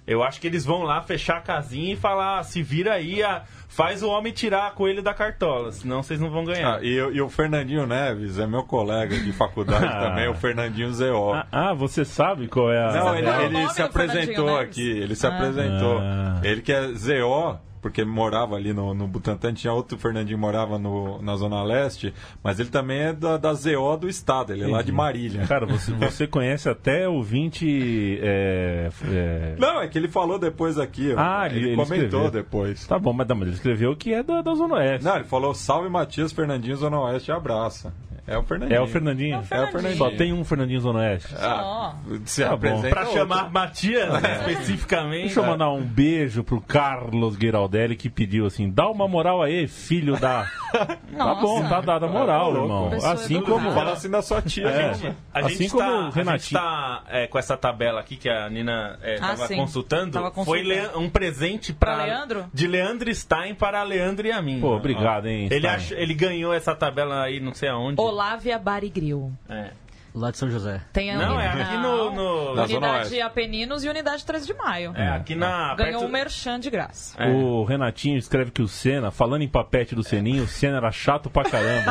Eu acho que eles vão lá fechar a casinha e falar, se vira aí, faz o homem tirar coelho da cartola, senão vocês não vão ganhar. E o Fernandinho Neves é meu colega de faculdade também, o Fernandinho Zeó. Você sabe qual é a... Não, ele se apresentou aqui, ele se apresentou. Ele que é Zeó, porque morava ali no Butantã, tinha outro Fernandinho que morava na Zona Leste, mas ele também é da ZO do estado, ele é lá de Marília. Cara, você conhece até o 20... Não, é que ele falou depois aqui, ele comentou escreveu depois. Tá bom, mas ele escreveu que é da Zona Oeste. Não, ele falou, salve Matias, Fernandinho, Zona Oeste, abraça. É o Fernandinho. É o Fernandinho. Só tem um Fernandinho Zona Oeste. Se apresenta pra chamar Matias, especificamente. Deixa eu mandar um beijo pro Carlos Guiraldelli, que pediu assim, dá uma moral aí, filho da... Tá bom, tá dada a moral, irmão. Assim como... Fala assim da sua tia, gente. Assim como o Renatinho. A gente tá com essa tabela aqui que a Nina tava consultando. Foi um presente de Leandro Stein para Leandro e a mim. Pô, obrigado, hein, ele ganhou essa tabela aí, não sei aonde. Olávia Barigril. Lá de São José. Tem aqui no Unidade Apeninos e Unidade 13 de Maio. Aqui ganhou um merchan de graça. O Renatinho escreve que o Senna, falando em papete do Seninho, o Senna era chato pra caramba.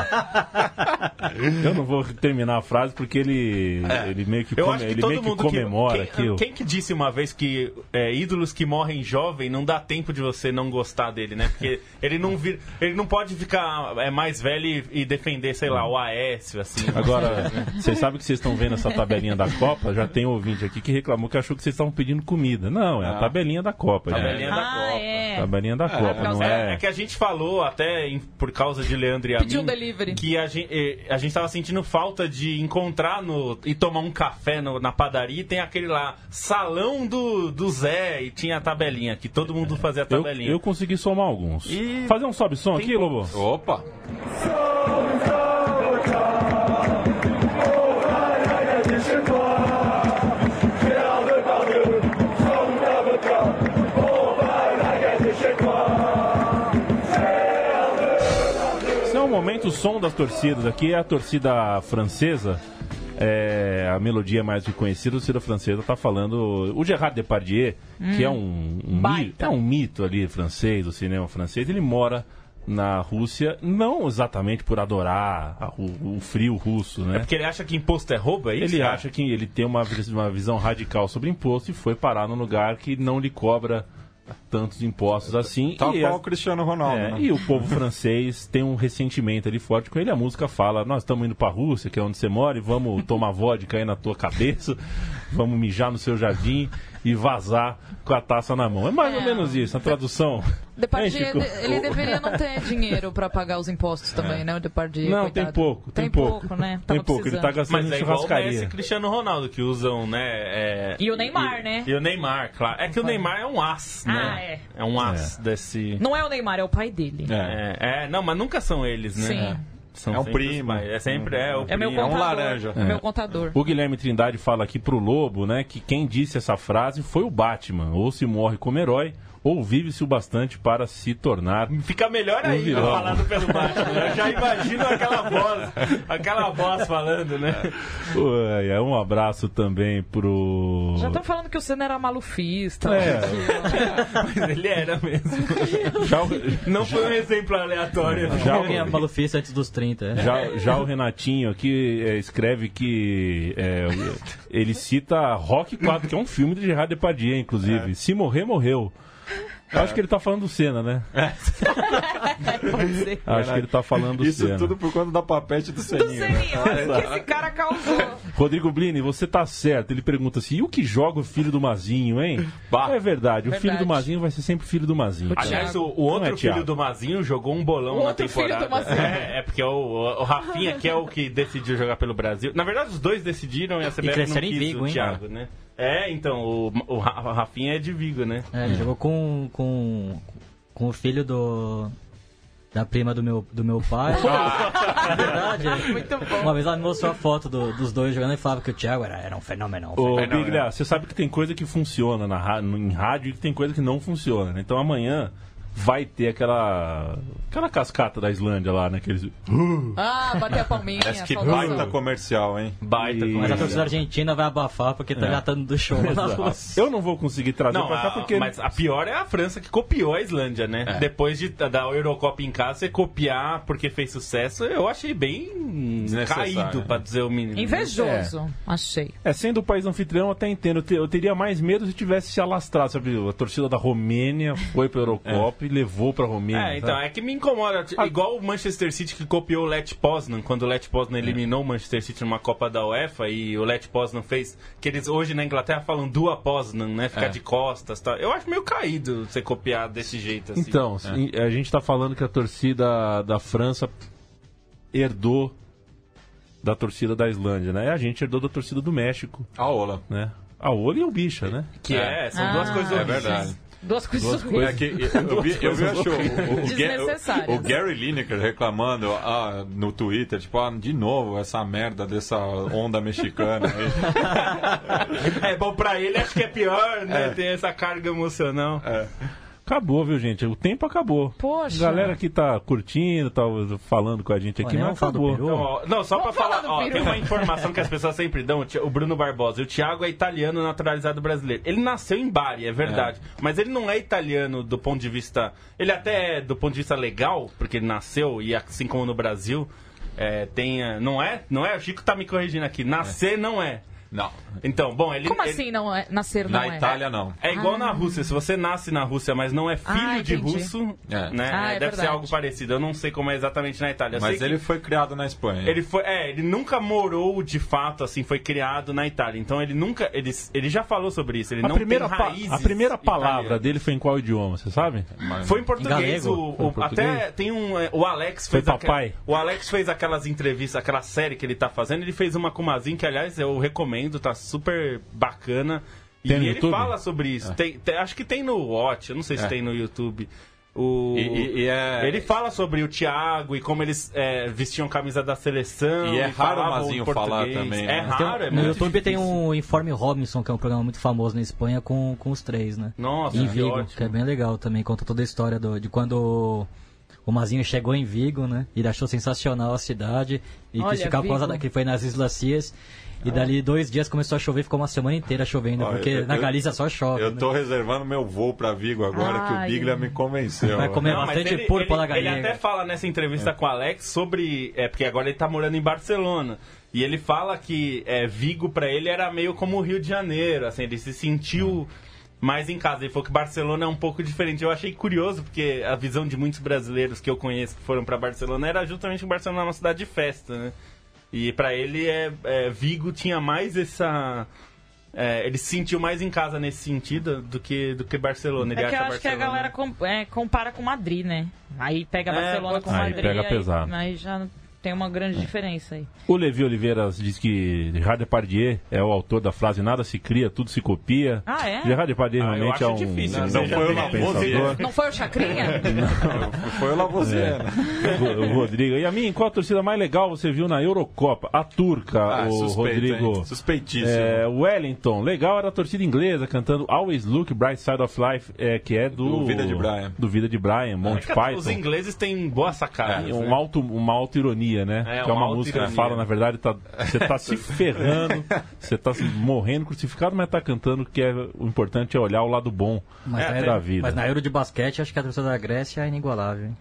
Eu não vou terminar a frase porque ele meio que, comemora aquilo. Quem que disse uma vez que ídolos que morrem jovem não dá tempo de você não gostar dele, né? Porque ele não pode ficar mais velho e defender, sei lá, o Aécio, assim. Agora, vocês sabem que vocês estão vendo essa tabelinha da Copa? Já tem um ouvinte aqui que reclamou que achou que vocês estavam pedindo comida. Não, é a tabelinha da Copa. Tabelinha da Copa. Tabelinha da Copa, não é? É que a gente falou até por causa de Leandro e a Pediu um delivery. Que a gente tava sentindo falta de encontrar e tomar um café na padaria, e tem aquele lá, salão do Zé, e tinha a tabelinha, que todo mundo fazia a tabelinha. Eu consegui somar alguns. Fazer um sobe-som aqui, Lobo? Opa! Esse é o momento, o som das torcidas aqui, é a torcida francesa. A melodia mais reconhecida, a torcida francesa está falando. O Gérard Depardieu, que é um mito ali francês, do cinema francês, ele mora na Rússia, não exatamente por adorar o frio russo, né? É porque ele acha que imposto é roubo, é isso? Ele acha que ele tem uma visão radical sobre imposto e foi parar num lugar que não lhe cobra tantos impostos assim. Tal qual o Cristiano Ronaldo, né? E o povo francês tem um ressentimento ali forte com ele. A música fala, nós estamos indo pra Rússia, que é onde você mora, e vamos tomar vodka aí na tua cabeça, vamos mijar no seu jardim e vazar com a taça na mão. É mais ou menos isso, a tradução. Depardieu, ele deveria não ter dinheiro pra pagar os impostos também, né? O Depardieu, não, coitado. Tem pouco, né? Tem pouco, ele tá gastando em churrascaria. Mas é igual o Messi e Cristiano Ronaldo, que usam, né? E o Neymar, né? E o Neymar, claro. É que o Neymar é um as, né? É um as desse... Não é o Neymar, é o pai dele. Não, mas nunca são eles, né? Sim. É um primo. É sempre o primo. Meu contador, um laranja. Meu contador. O Guilherme Trindade fala aqui pro Lobo, né, que quem disse essa frase foi o Batman. Ou se morre como herói, ou vive-se o bastante para se tornar... Fica melhor aí, falando pelo Batman. Eu já imagino aquela voz falando, né? Um abraço também pro... Já estão falando que o Senna era malufista. Mas ele era mesmo. Não foi um exemplo aleatório. Alguém é malufista antes dos 30. Já o Renatinho aqui escreve que ele cita Rock 4, que é um filme de Gérard Depardieu, inclusive. Se morrer, morreu. Eu acho que ele tá falando do Senna, né? Pode ser. Acho que ele tá falando do Senna. Isso tudo por conta da papete do Seninho. Do Seninho, olha que esse cara causou. Rodrigo Blini, você tá certo. Ele pergunta assim, e o que joga o filho do Mazinho, hein? É verdade, o filho do Mazinho vai ser sempre filho do Mazinho. Aliás, o outro filho do Mazinho jogou um bolão na temporada. Filho do Mazinho. Porque o Rafinha, que é o que decidiu jogar pelo Brasil. Na verdade, os dois decidiram e a CBF não quis o Thiago, né? Então, o Rafinha é de Vigo, né? Ele jogou com o filho da prima do meu pai. É verdade. Muito bom. Uma vez ela me mostrou a foto dos dois jogando e falava que o Thiago era um fenômeno. Biglia, você sabe que tem coisa que funciona em rádio e que tem coisa que não funciona, né? Então amanhã vai ter aquela cascata da Islândia lá, né? Aqueles... bater a palminha. Acho que baita comercial, hein? Baita Mas a comercial. torcida argentina vai abafar porque tá gatando do show. Eu não vou conseguir trazer pra cá porque... Mas a pior é a França que copiou a Islândia, né? Depois da Eurocopa em casa, você copiar porque fez sucesso, eu achei bem caído, pra dizer o mínimo. Invejoso, achei. Sendo o país anfitrião, eu até entendo. Eu teria mais medo se tivesse se alastrado, sabe? A torcida da Romênia foi pra Eurocopa e levou pra Romênia. Então, é que me incomoda. Igual o Manchester City que copiou o Lech Poznan, quando o Lech Poznan eliminou o Manchester City numa Copa da UEFA e o Lech Poznan fez, que eles hoje na Inglaterra falam Dua Poznan, né? Ficar de costas, tá? Eu acho meio caído você copiar desse jeito, assim. Então, a gente tá falando que a torcida da França herdou da torcida da Islândia, né? E a gente herdou da torcida do México, A Ola. né? A Ola e o Bicha, né? São duas coisas horríveis. Verdade. Duas coisas É que eu vi desnecessárias. o Gary Lineker reclamando no Twitter, tipo, de novo essa merda dessa onda mexicana aí. Bom, pra ele acho que é pior, né? Tem essa carga emocional. Acabou, viu, gente? O tempo acabou. Poxa. Galera que tá curtindo, tá falando com a gente aqui, mas acabou. Não, só pra falar, do tem uma informação que as pessoas sempre dão, o Bruno Barbosa. O Thiago é italiano naturalizado brasileiro. Ele nasceu em Bari, é verdade. Mas ele não é italiano do ponto de vista... Ele até é do ponto de vista legal, porque ele nasceu, e assim como no Brasil, não é? O Chico tá me corrigindo aqui. Nascer não é. Não. Então, bom, ele... Como assim não é? Nascer não Na é? Itália, não. É igual na Rússia. Se você nasce na Rússia, mas não é filho de entendi. russo, né? É Deve ser verdade. algo parecido. Eu não sei como é exatamente na Itália. Eu Mas sei ele que foi criado na Espanha. ele nunca morou de fato, assim, foi criado na Itália. Então ele nunca... Ele já falou sobre isso. Ele não tem raízes a primeira palavra italianas. dele foi em qual idioma, você sabe? Foi em português. galego? Até tem o Alex Foi fez papai. O Alex fez aquelas entrevistas, aquela série que ele tá fazendo. Ele fez uma com o Mazin, que aliás eu recomendo, tá super bacana. E Tem no ele YouTube? fala sobre isso. Acho que tem no Watch, eu não sei se tem no YouTube. Ele fala sobre o Thiago e como eles vestiam camisa da seleção. E é raro o falavam Mazinho português. falar também, né? É raro, é No muito YouTube tem difícil. um Informe Robinson, que é um programa muito famoso na Espanha, com os três, né? Nossa, em que Vigo, ótimo. que é bem legal também. Conta toda a história de quando o Mazinho chegou em Vigo, né? Ele achou sensacional a cidade e Olha, quis ficar por causa Vigo. que foi nas Islas Cias. E dali 2 dias começou a chover, ficou uma semana inteira chovendo, porque na Galícia só chove. Eu né? tô reservando meu voo pra Vigo agora, que o Biglia me convenceu. Vai comer Não, mas bastante porco pela ele galinha. até fala nessa entrevista com o Alex sobre... porque agora ele tá morando em Barcelona. E ele fala que Vigo pra ele era meio como o Rio de Janeiro. Assim, ele se sentiu mais em casa. Ele falou que Barcelona é um pouco diferente. Eu achei curioso, porque a visão de muitos brasileiros que eu conheço que foram pra Barcelona era justamente que Barcelona é uma cidade de festa, né? E pra ele, Vigo tinha mais essa... ele se sentiu mais em casa nesse sentido do que Barcelona. Ele É que eu acha acho que a Barcelona... galera compara com Madrid, né? Aí pega Barcelona com aí Madrid, pega pesado. aí já tem uma grande diferença aí. O Levi Oliveira diz que Gerard Depardieu é o autor da frase nada se cria, tudo se copia. Ah, é? Gerard Depardieu eu realmente acho é um difícil, não foi o Lavoisier. Não foi o Chacrinha? Foi o Lavoisier, né? O Rodrigo. E a mim, qual a torcida mais legal você viu na Eurocopa? A turca, o suspeito, Rodrigo. hein? Suspeitíssimo. Wellington. Legal era a torcida inglesa cantando Always Look Bright Side of Life, que é do Vida de Brian. Do Vida de Brian, Monty Python. Os ingleses têm boa sacada. Uma auto-ironia, né? Que é uma música que fala, na verdade, você tá se ferrando, você tá morrendo crucificado, mas tá cantando que o importante é olhar o lado bom da vida. Mas na Euro de basquete, acho que a torcida da Grécia é inigualável. Hein?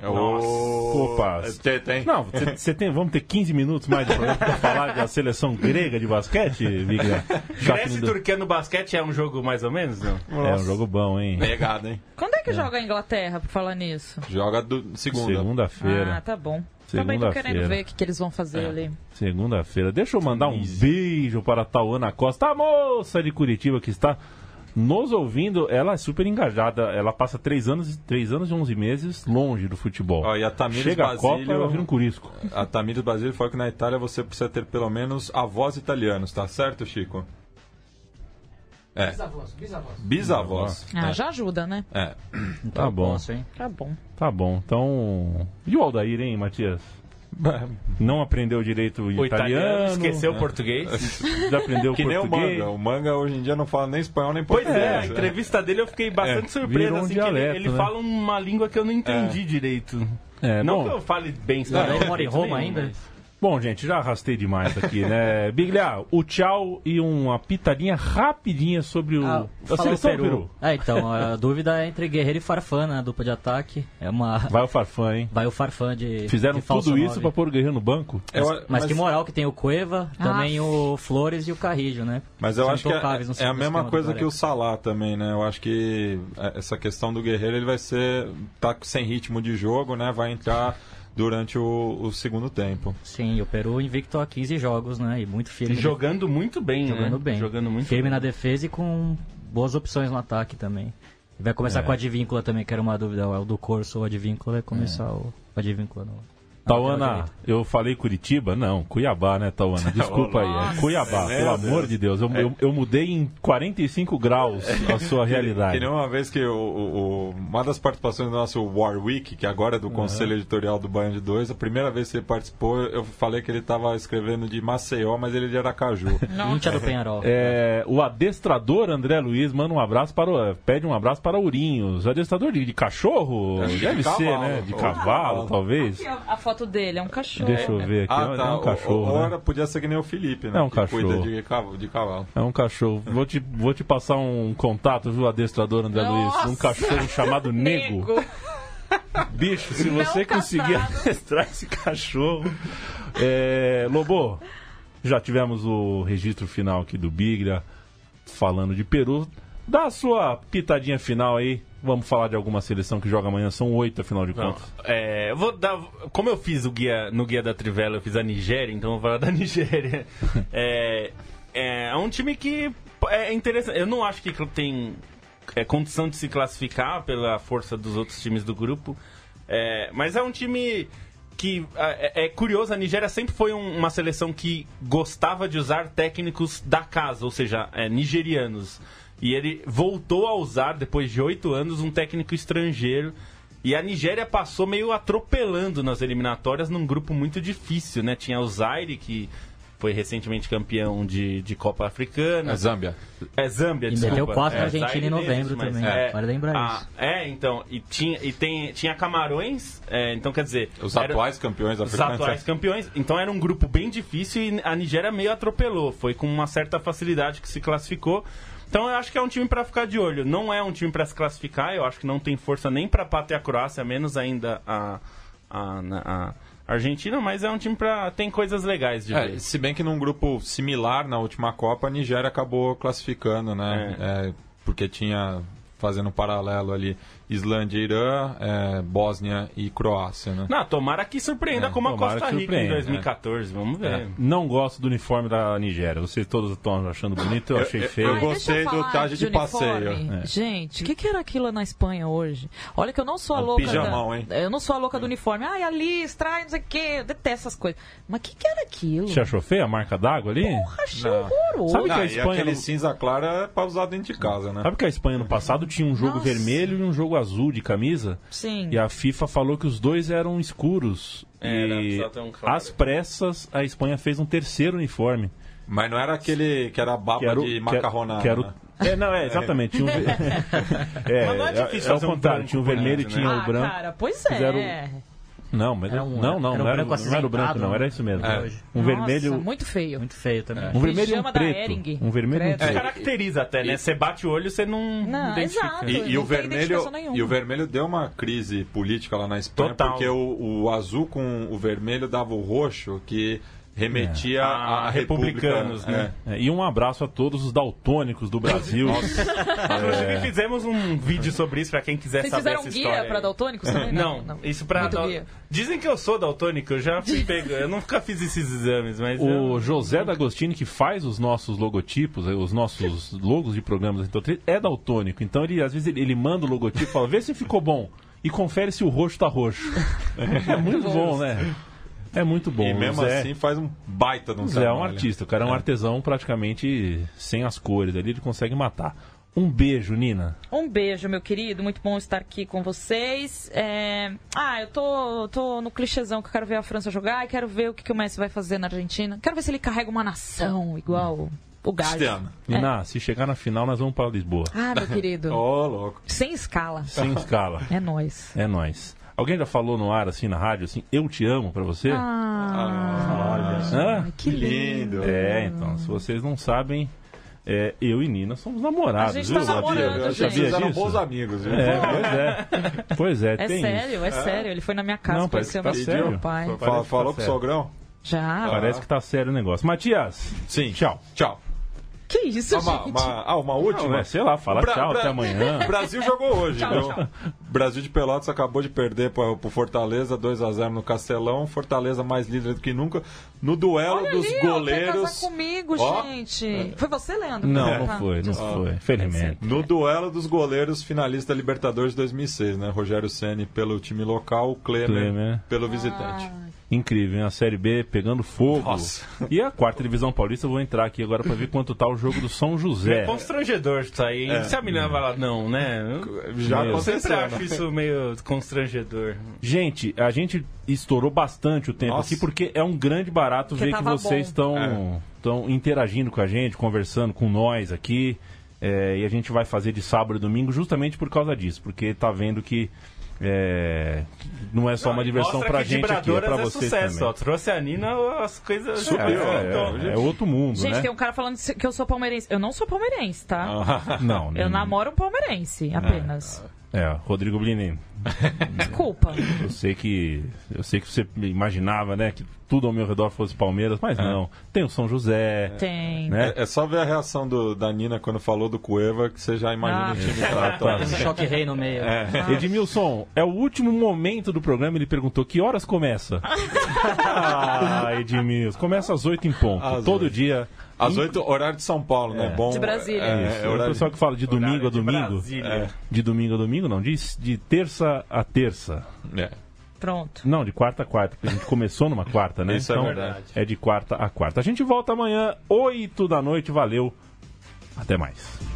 Opa! Tem. Não, você tem. Vamos ter 15 minutos mais de programa pra falar da seleção grega de basquete, Viga? Grécia e Turquia no basquete é um jogo mais ou menos, não? É um jogo bom, hein? Pegado, hein? Quando é que joga a Inglaterra, por falar nisso? Joga Segunda-feira. Ah, tá bom. Também tô querendo Segunda-feira. ver o que eles vão fazer ali. Segunda-feira. Deixa eu mandar um beijo para a Tauana Costa, a moça de Curitiba que está nos ouvindo. Ela é super engajada. Ela passa 3 anos e 11 meses longe do futebol. Ó, e a Tamires Chega a Copa, Basílio, ela vira um curisco. A Tamires Basílio falou que na Itália você precisa ter pelo menos avós italianos, tá certo, Chico? Bisavós. Já ajuda, né? Tá bom. Posso, hein? Tá bom. Tá bom. Então. E o Aldair, hein, Matias? Não aprendeu direito o italiano. Esqueceu o português. Já aprendeu que português. nem o Manga. O Manga hoje em dia não fala nem espanhol nem português. Pois é, a entrevista dele eu fiquei bastante surpreso. Virou um Assim, dialeto, que ele né? fala uma língua que eu não entendi direito. bom, Não que eu fale bem espanhol. Ele mora em Roma ainda? Mas... Bom, gente, já arrastei demais aqui, né? Biglia, o tchau e uma pitadinha rapidinha sobre a seleção do Peru. Então, a dúvida é entre Guerreiro e Farfán, na dupla de ataque. Vai o Farfán, hein? Vai o Farfán de Fizeram de falso tudo isso 9. pra pôr o Guerreiro no banco? Mas que moral que tem o Cueva, também o Flores e o Carrillo, né? Mas eu São acho que intocáveis no é a mesma esquema do coisa Careca. que o Salah também, né? Eu acho que essa questão do Guerreiro, ele vai tá sem ritmo de jogo, né? Vai entrar durante o segundo tempo. Sim, o Peru invicto a 15 jogos, né? E muito firme. Jogando muito bem, Jogando né? bem. Jogando muito firme bem. na defesa e com boas opções no ataque também. E vai começar com a Advíncula também, que era uma dúvida. O do Corso ou a Advíncula vai começar o Advíncula no... Tauana, eu falei Curitiba? Não, Cuiabá, né, Tauana? Desculpa aí, é Cuiabá, pelo amor de Deus. Eu mudei em 45 graus a sua realidade. Que nem uma vez que uma das participações do nosso Warwick, que agora é do Conselho Editorial do Band 2, a primeira vez que ele participou, eu falei que ele estava escrevendo de Maceió, mas ele é de Aracaju. Íntia do Penharol. O adestrador André Luiz manda um abraço pede um abraço para Ourinhos. Adestrador de cachorro? Deve ser, cavalo, né? De cavalo, talvez. A foto dele é um cachorro. Deixa eu ver aqui. É um cachorro. Ora, podia ser que nem o Felipe, né? É um que cachorro. cuida de cavalo. É um cachorro. Vou te passar um contato, viu, adestrador André Luiz? Um cachorro chamado Nego. Bicho, se você conseguir adestrar esse cachorro... Lobo, já tivemos o registro final aqui do Biglia, falando de Peru. Dá a sua pitadinha final aí. Vamos falar de alguma seleção que joga amanhã. São 8, afinal de contas. Vou dar... Como eu fiz no Guia da Trivela, eu fiz a Nigéria, então eu vou falar da Nigéria. É um time que é interessante. Eu não acho que tem condição de se classificar pela força dos outros times do grupo. Mas é um time que é curioso. A Nigéria sempre foi uma seleção que gostava de usar técnicos da casa, ou seja, nigerianos. E ele voltou a usar, depois de 8 anos, um técnico estrangeiro. E a Nigéria passou meio atropelando nas eliminatórias num grupo muito difícil, né? Tinha o Zaire, que foi recentemente campeão de Copa Africana. Zâmbia. Zâmbia, E desculpa. meteu 4 na Argentina Zaire em novembro deles, também. Pode lembrar isso. Então. Tinha Camarões, então quer dizer... Os atuais campeões africanos. Os atuais campeões. Então era um grupo bem difícil e a Nigéria meio atropelou. Foi com uma certa facilidade que se classificou. Então eu acho que é um time para ficar de olho. Não é um time para se classificar. Eu acho que não tem força nem para bater a Croácia, menos ainda a Argentina, mas é um time para... Tem coisas legais de ver. Se bem que num grupo similar na última Copa, a Nigéria acabou classificando, né? Porque tinha, fazendo um paralelo ali, Islândia, Irã, Bósnia e Croácia, né? Não, tomara que surpreenda como a Costa Rica em 2014. Vamos ver. Não gosto do uniforme da Nigéria. Vocês todos estão achando bonito, eu achei feio. Eu gostei do traje de passeio. Gente, o que era aquilo na Espanha hoje? Olha que eu não sou a louca pijamão, hein? Eu não sou a louca do uniforme. Ai, a listra, não sei o quê. Eu detesto essas coisas. Mas o que era aquilo? Você achou feio a marca d'água ali? Porra, achei horroroso. Sabe que a E Espanha aquele cinza claro é pra usar dentro de casa, né? Sabe que a Espanha no passado tinha um jogo vermelho e um jogo azul de camisa? Sim. E a FIFA falou que os dois eram escuros. E às pressas a Espanha fez um terceiro uniforme. Mas não era aquele que era baba de macarronada. Exatamente. Tinha Mas não é difícil fazer o contrário, tinha o vermelho e tinha o branco. Cara, pois é. Fizeram... Não, mas não era o branco, não, era isso mesmo. Um vermelho. Muito feio. Muito feio também. Um vermelho e um preto. Um vermelho e um preto. Caracteriza até, né? Você bate o olho, você não identifica. Exato. E o vermelho deu uma crise política lá na Espanha, porque o azul com o vermelho dava o roxo, que remetia a republicanos, né? E um abraço a todos os daltônicos do Brasil. Inclusive fizemos um vídeo sobre isso pra quem quiser Vocês saber essa fizeram história. guia pra daltônicos também? Não, isso pra... Dizem que eu sou daltônico, eu já fui pego. Eu nunca fiz esses exames, mas... O José D'Agostini, que faz os nossos logotipos, os nossos logos de programas, é daltônico. Então, às vezes, ele manda o logotipo e fala, vê se ficou bom. E confere se o roxo tá roxo. É muito bom, né? É muito bom. E mesmo assim faz um baita de um trabalho. É um artista, o cara é um artesão praticamente sem as cores ali, ele consegue matar. Um beijo, Nina. Um beijo, meu querido. Muito bom estar aqui com vocês. Eu tô no clichêzão que eu quero ver a França jogar e quero ver o que o Messi vai fazer na Argentina. Quero ver se ele carrega uma nação igual o Gago. Nina, se chegar na final, nós vamos para Lisboa. Ah, meu querido. Louco. Sem escala. Sem escala. É nóis. É nóis. Alguém já falou no ar, assim, na rádio, assim, eu te amo pra você? Olha. Que lindo. Então, se vocês não sabem... eu e Nina somos namorados, a gente tá namorando, gente. Vocês eram bons amigos, viu? Pois é, tem sério, isso. Sério. Ele foi na minha casa, conheceu meu pai. Falou com o sogrão? Já. Parece que tá sério o negócio. Matias. Sim. Tchau. Que isso, gente? Uma última? Não, sei lá, fala tchau, até amanhã. O Brasil jogou hoje. Tchau. Brasil de Pelotas acabou de perder pro Fortaleza, 2-0 no Castelão. Fortaleza mais líder do que nunca. No duelo dos goleiros... Quer casar comigo, gente. Foi você, Leandro? Não foi. Felizmente. No duelo dos goleiros finalistas da Libertadores de 2006, né? Rogério Ceni pelo time local, Klemer pelo visitante. Incrível, hein? A Série B pegando fogo. Nossa. E a 4ª Divisão Paulista, eu vou entrar aqui agora pra ver quanto tá o jogo do São José. É constrangedor isso aí. Se a menina vai lá, não, né? Já sempre acho isso meio constrangedor. Gente, a gente estourou bastante o tempo aqui, porque é um grande barato ver que vocês estão interagindo com a gente, conversando com nós aqui. E a gente vai fazer de sábado e domingo justamente por causa disso, porque tá vendo que não é só uma diversão pra gente aqui, é pra vocês sucesso, também. Trouxe a Nina, as coisas... É outro mundo, gente, né? tem um cara falando que eu sou palmeirense. Eu não sou palmeirense, tá? Não. Eu namoro um palmeirense, apenas. Rodrigo Blinin. Desculpa. Eu sei que você imaginava, né, que tudo ao meu redor fosse Palmeiras, mas não. Tem o São José. Tem. Né? É só ver a reação da Nina quando falou do Cueva, que você já imagina o time Tem um choque rei no meio. Edmilson, é o último momento do programa, ele perguntou que horas começa? Edmilson, começa às 8 em ponto. Todo dia. Às 8, horário de São Paulo, né? Bom, de Brasília. O pessoal que fala de domingo a domingo. De domingo a domingo, não. De terça a terça. Pronto. Não, de quarta a quarta, porque a gente começou numa quarta, né? Isso então, é verdade. É de quarta a quarta. A gente volta amanhã, 8 da noite. Valeu. Até mais.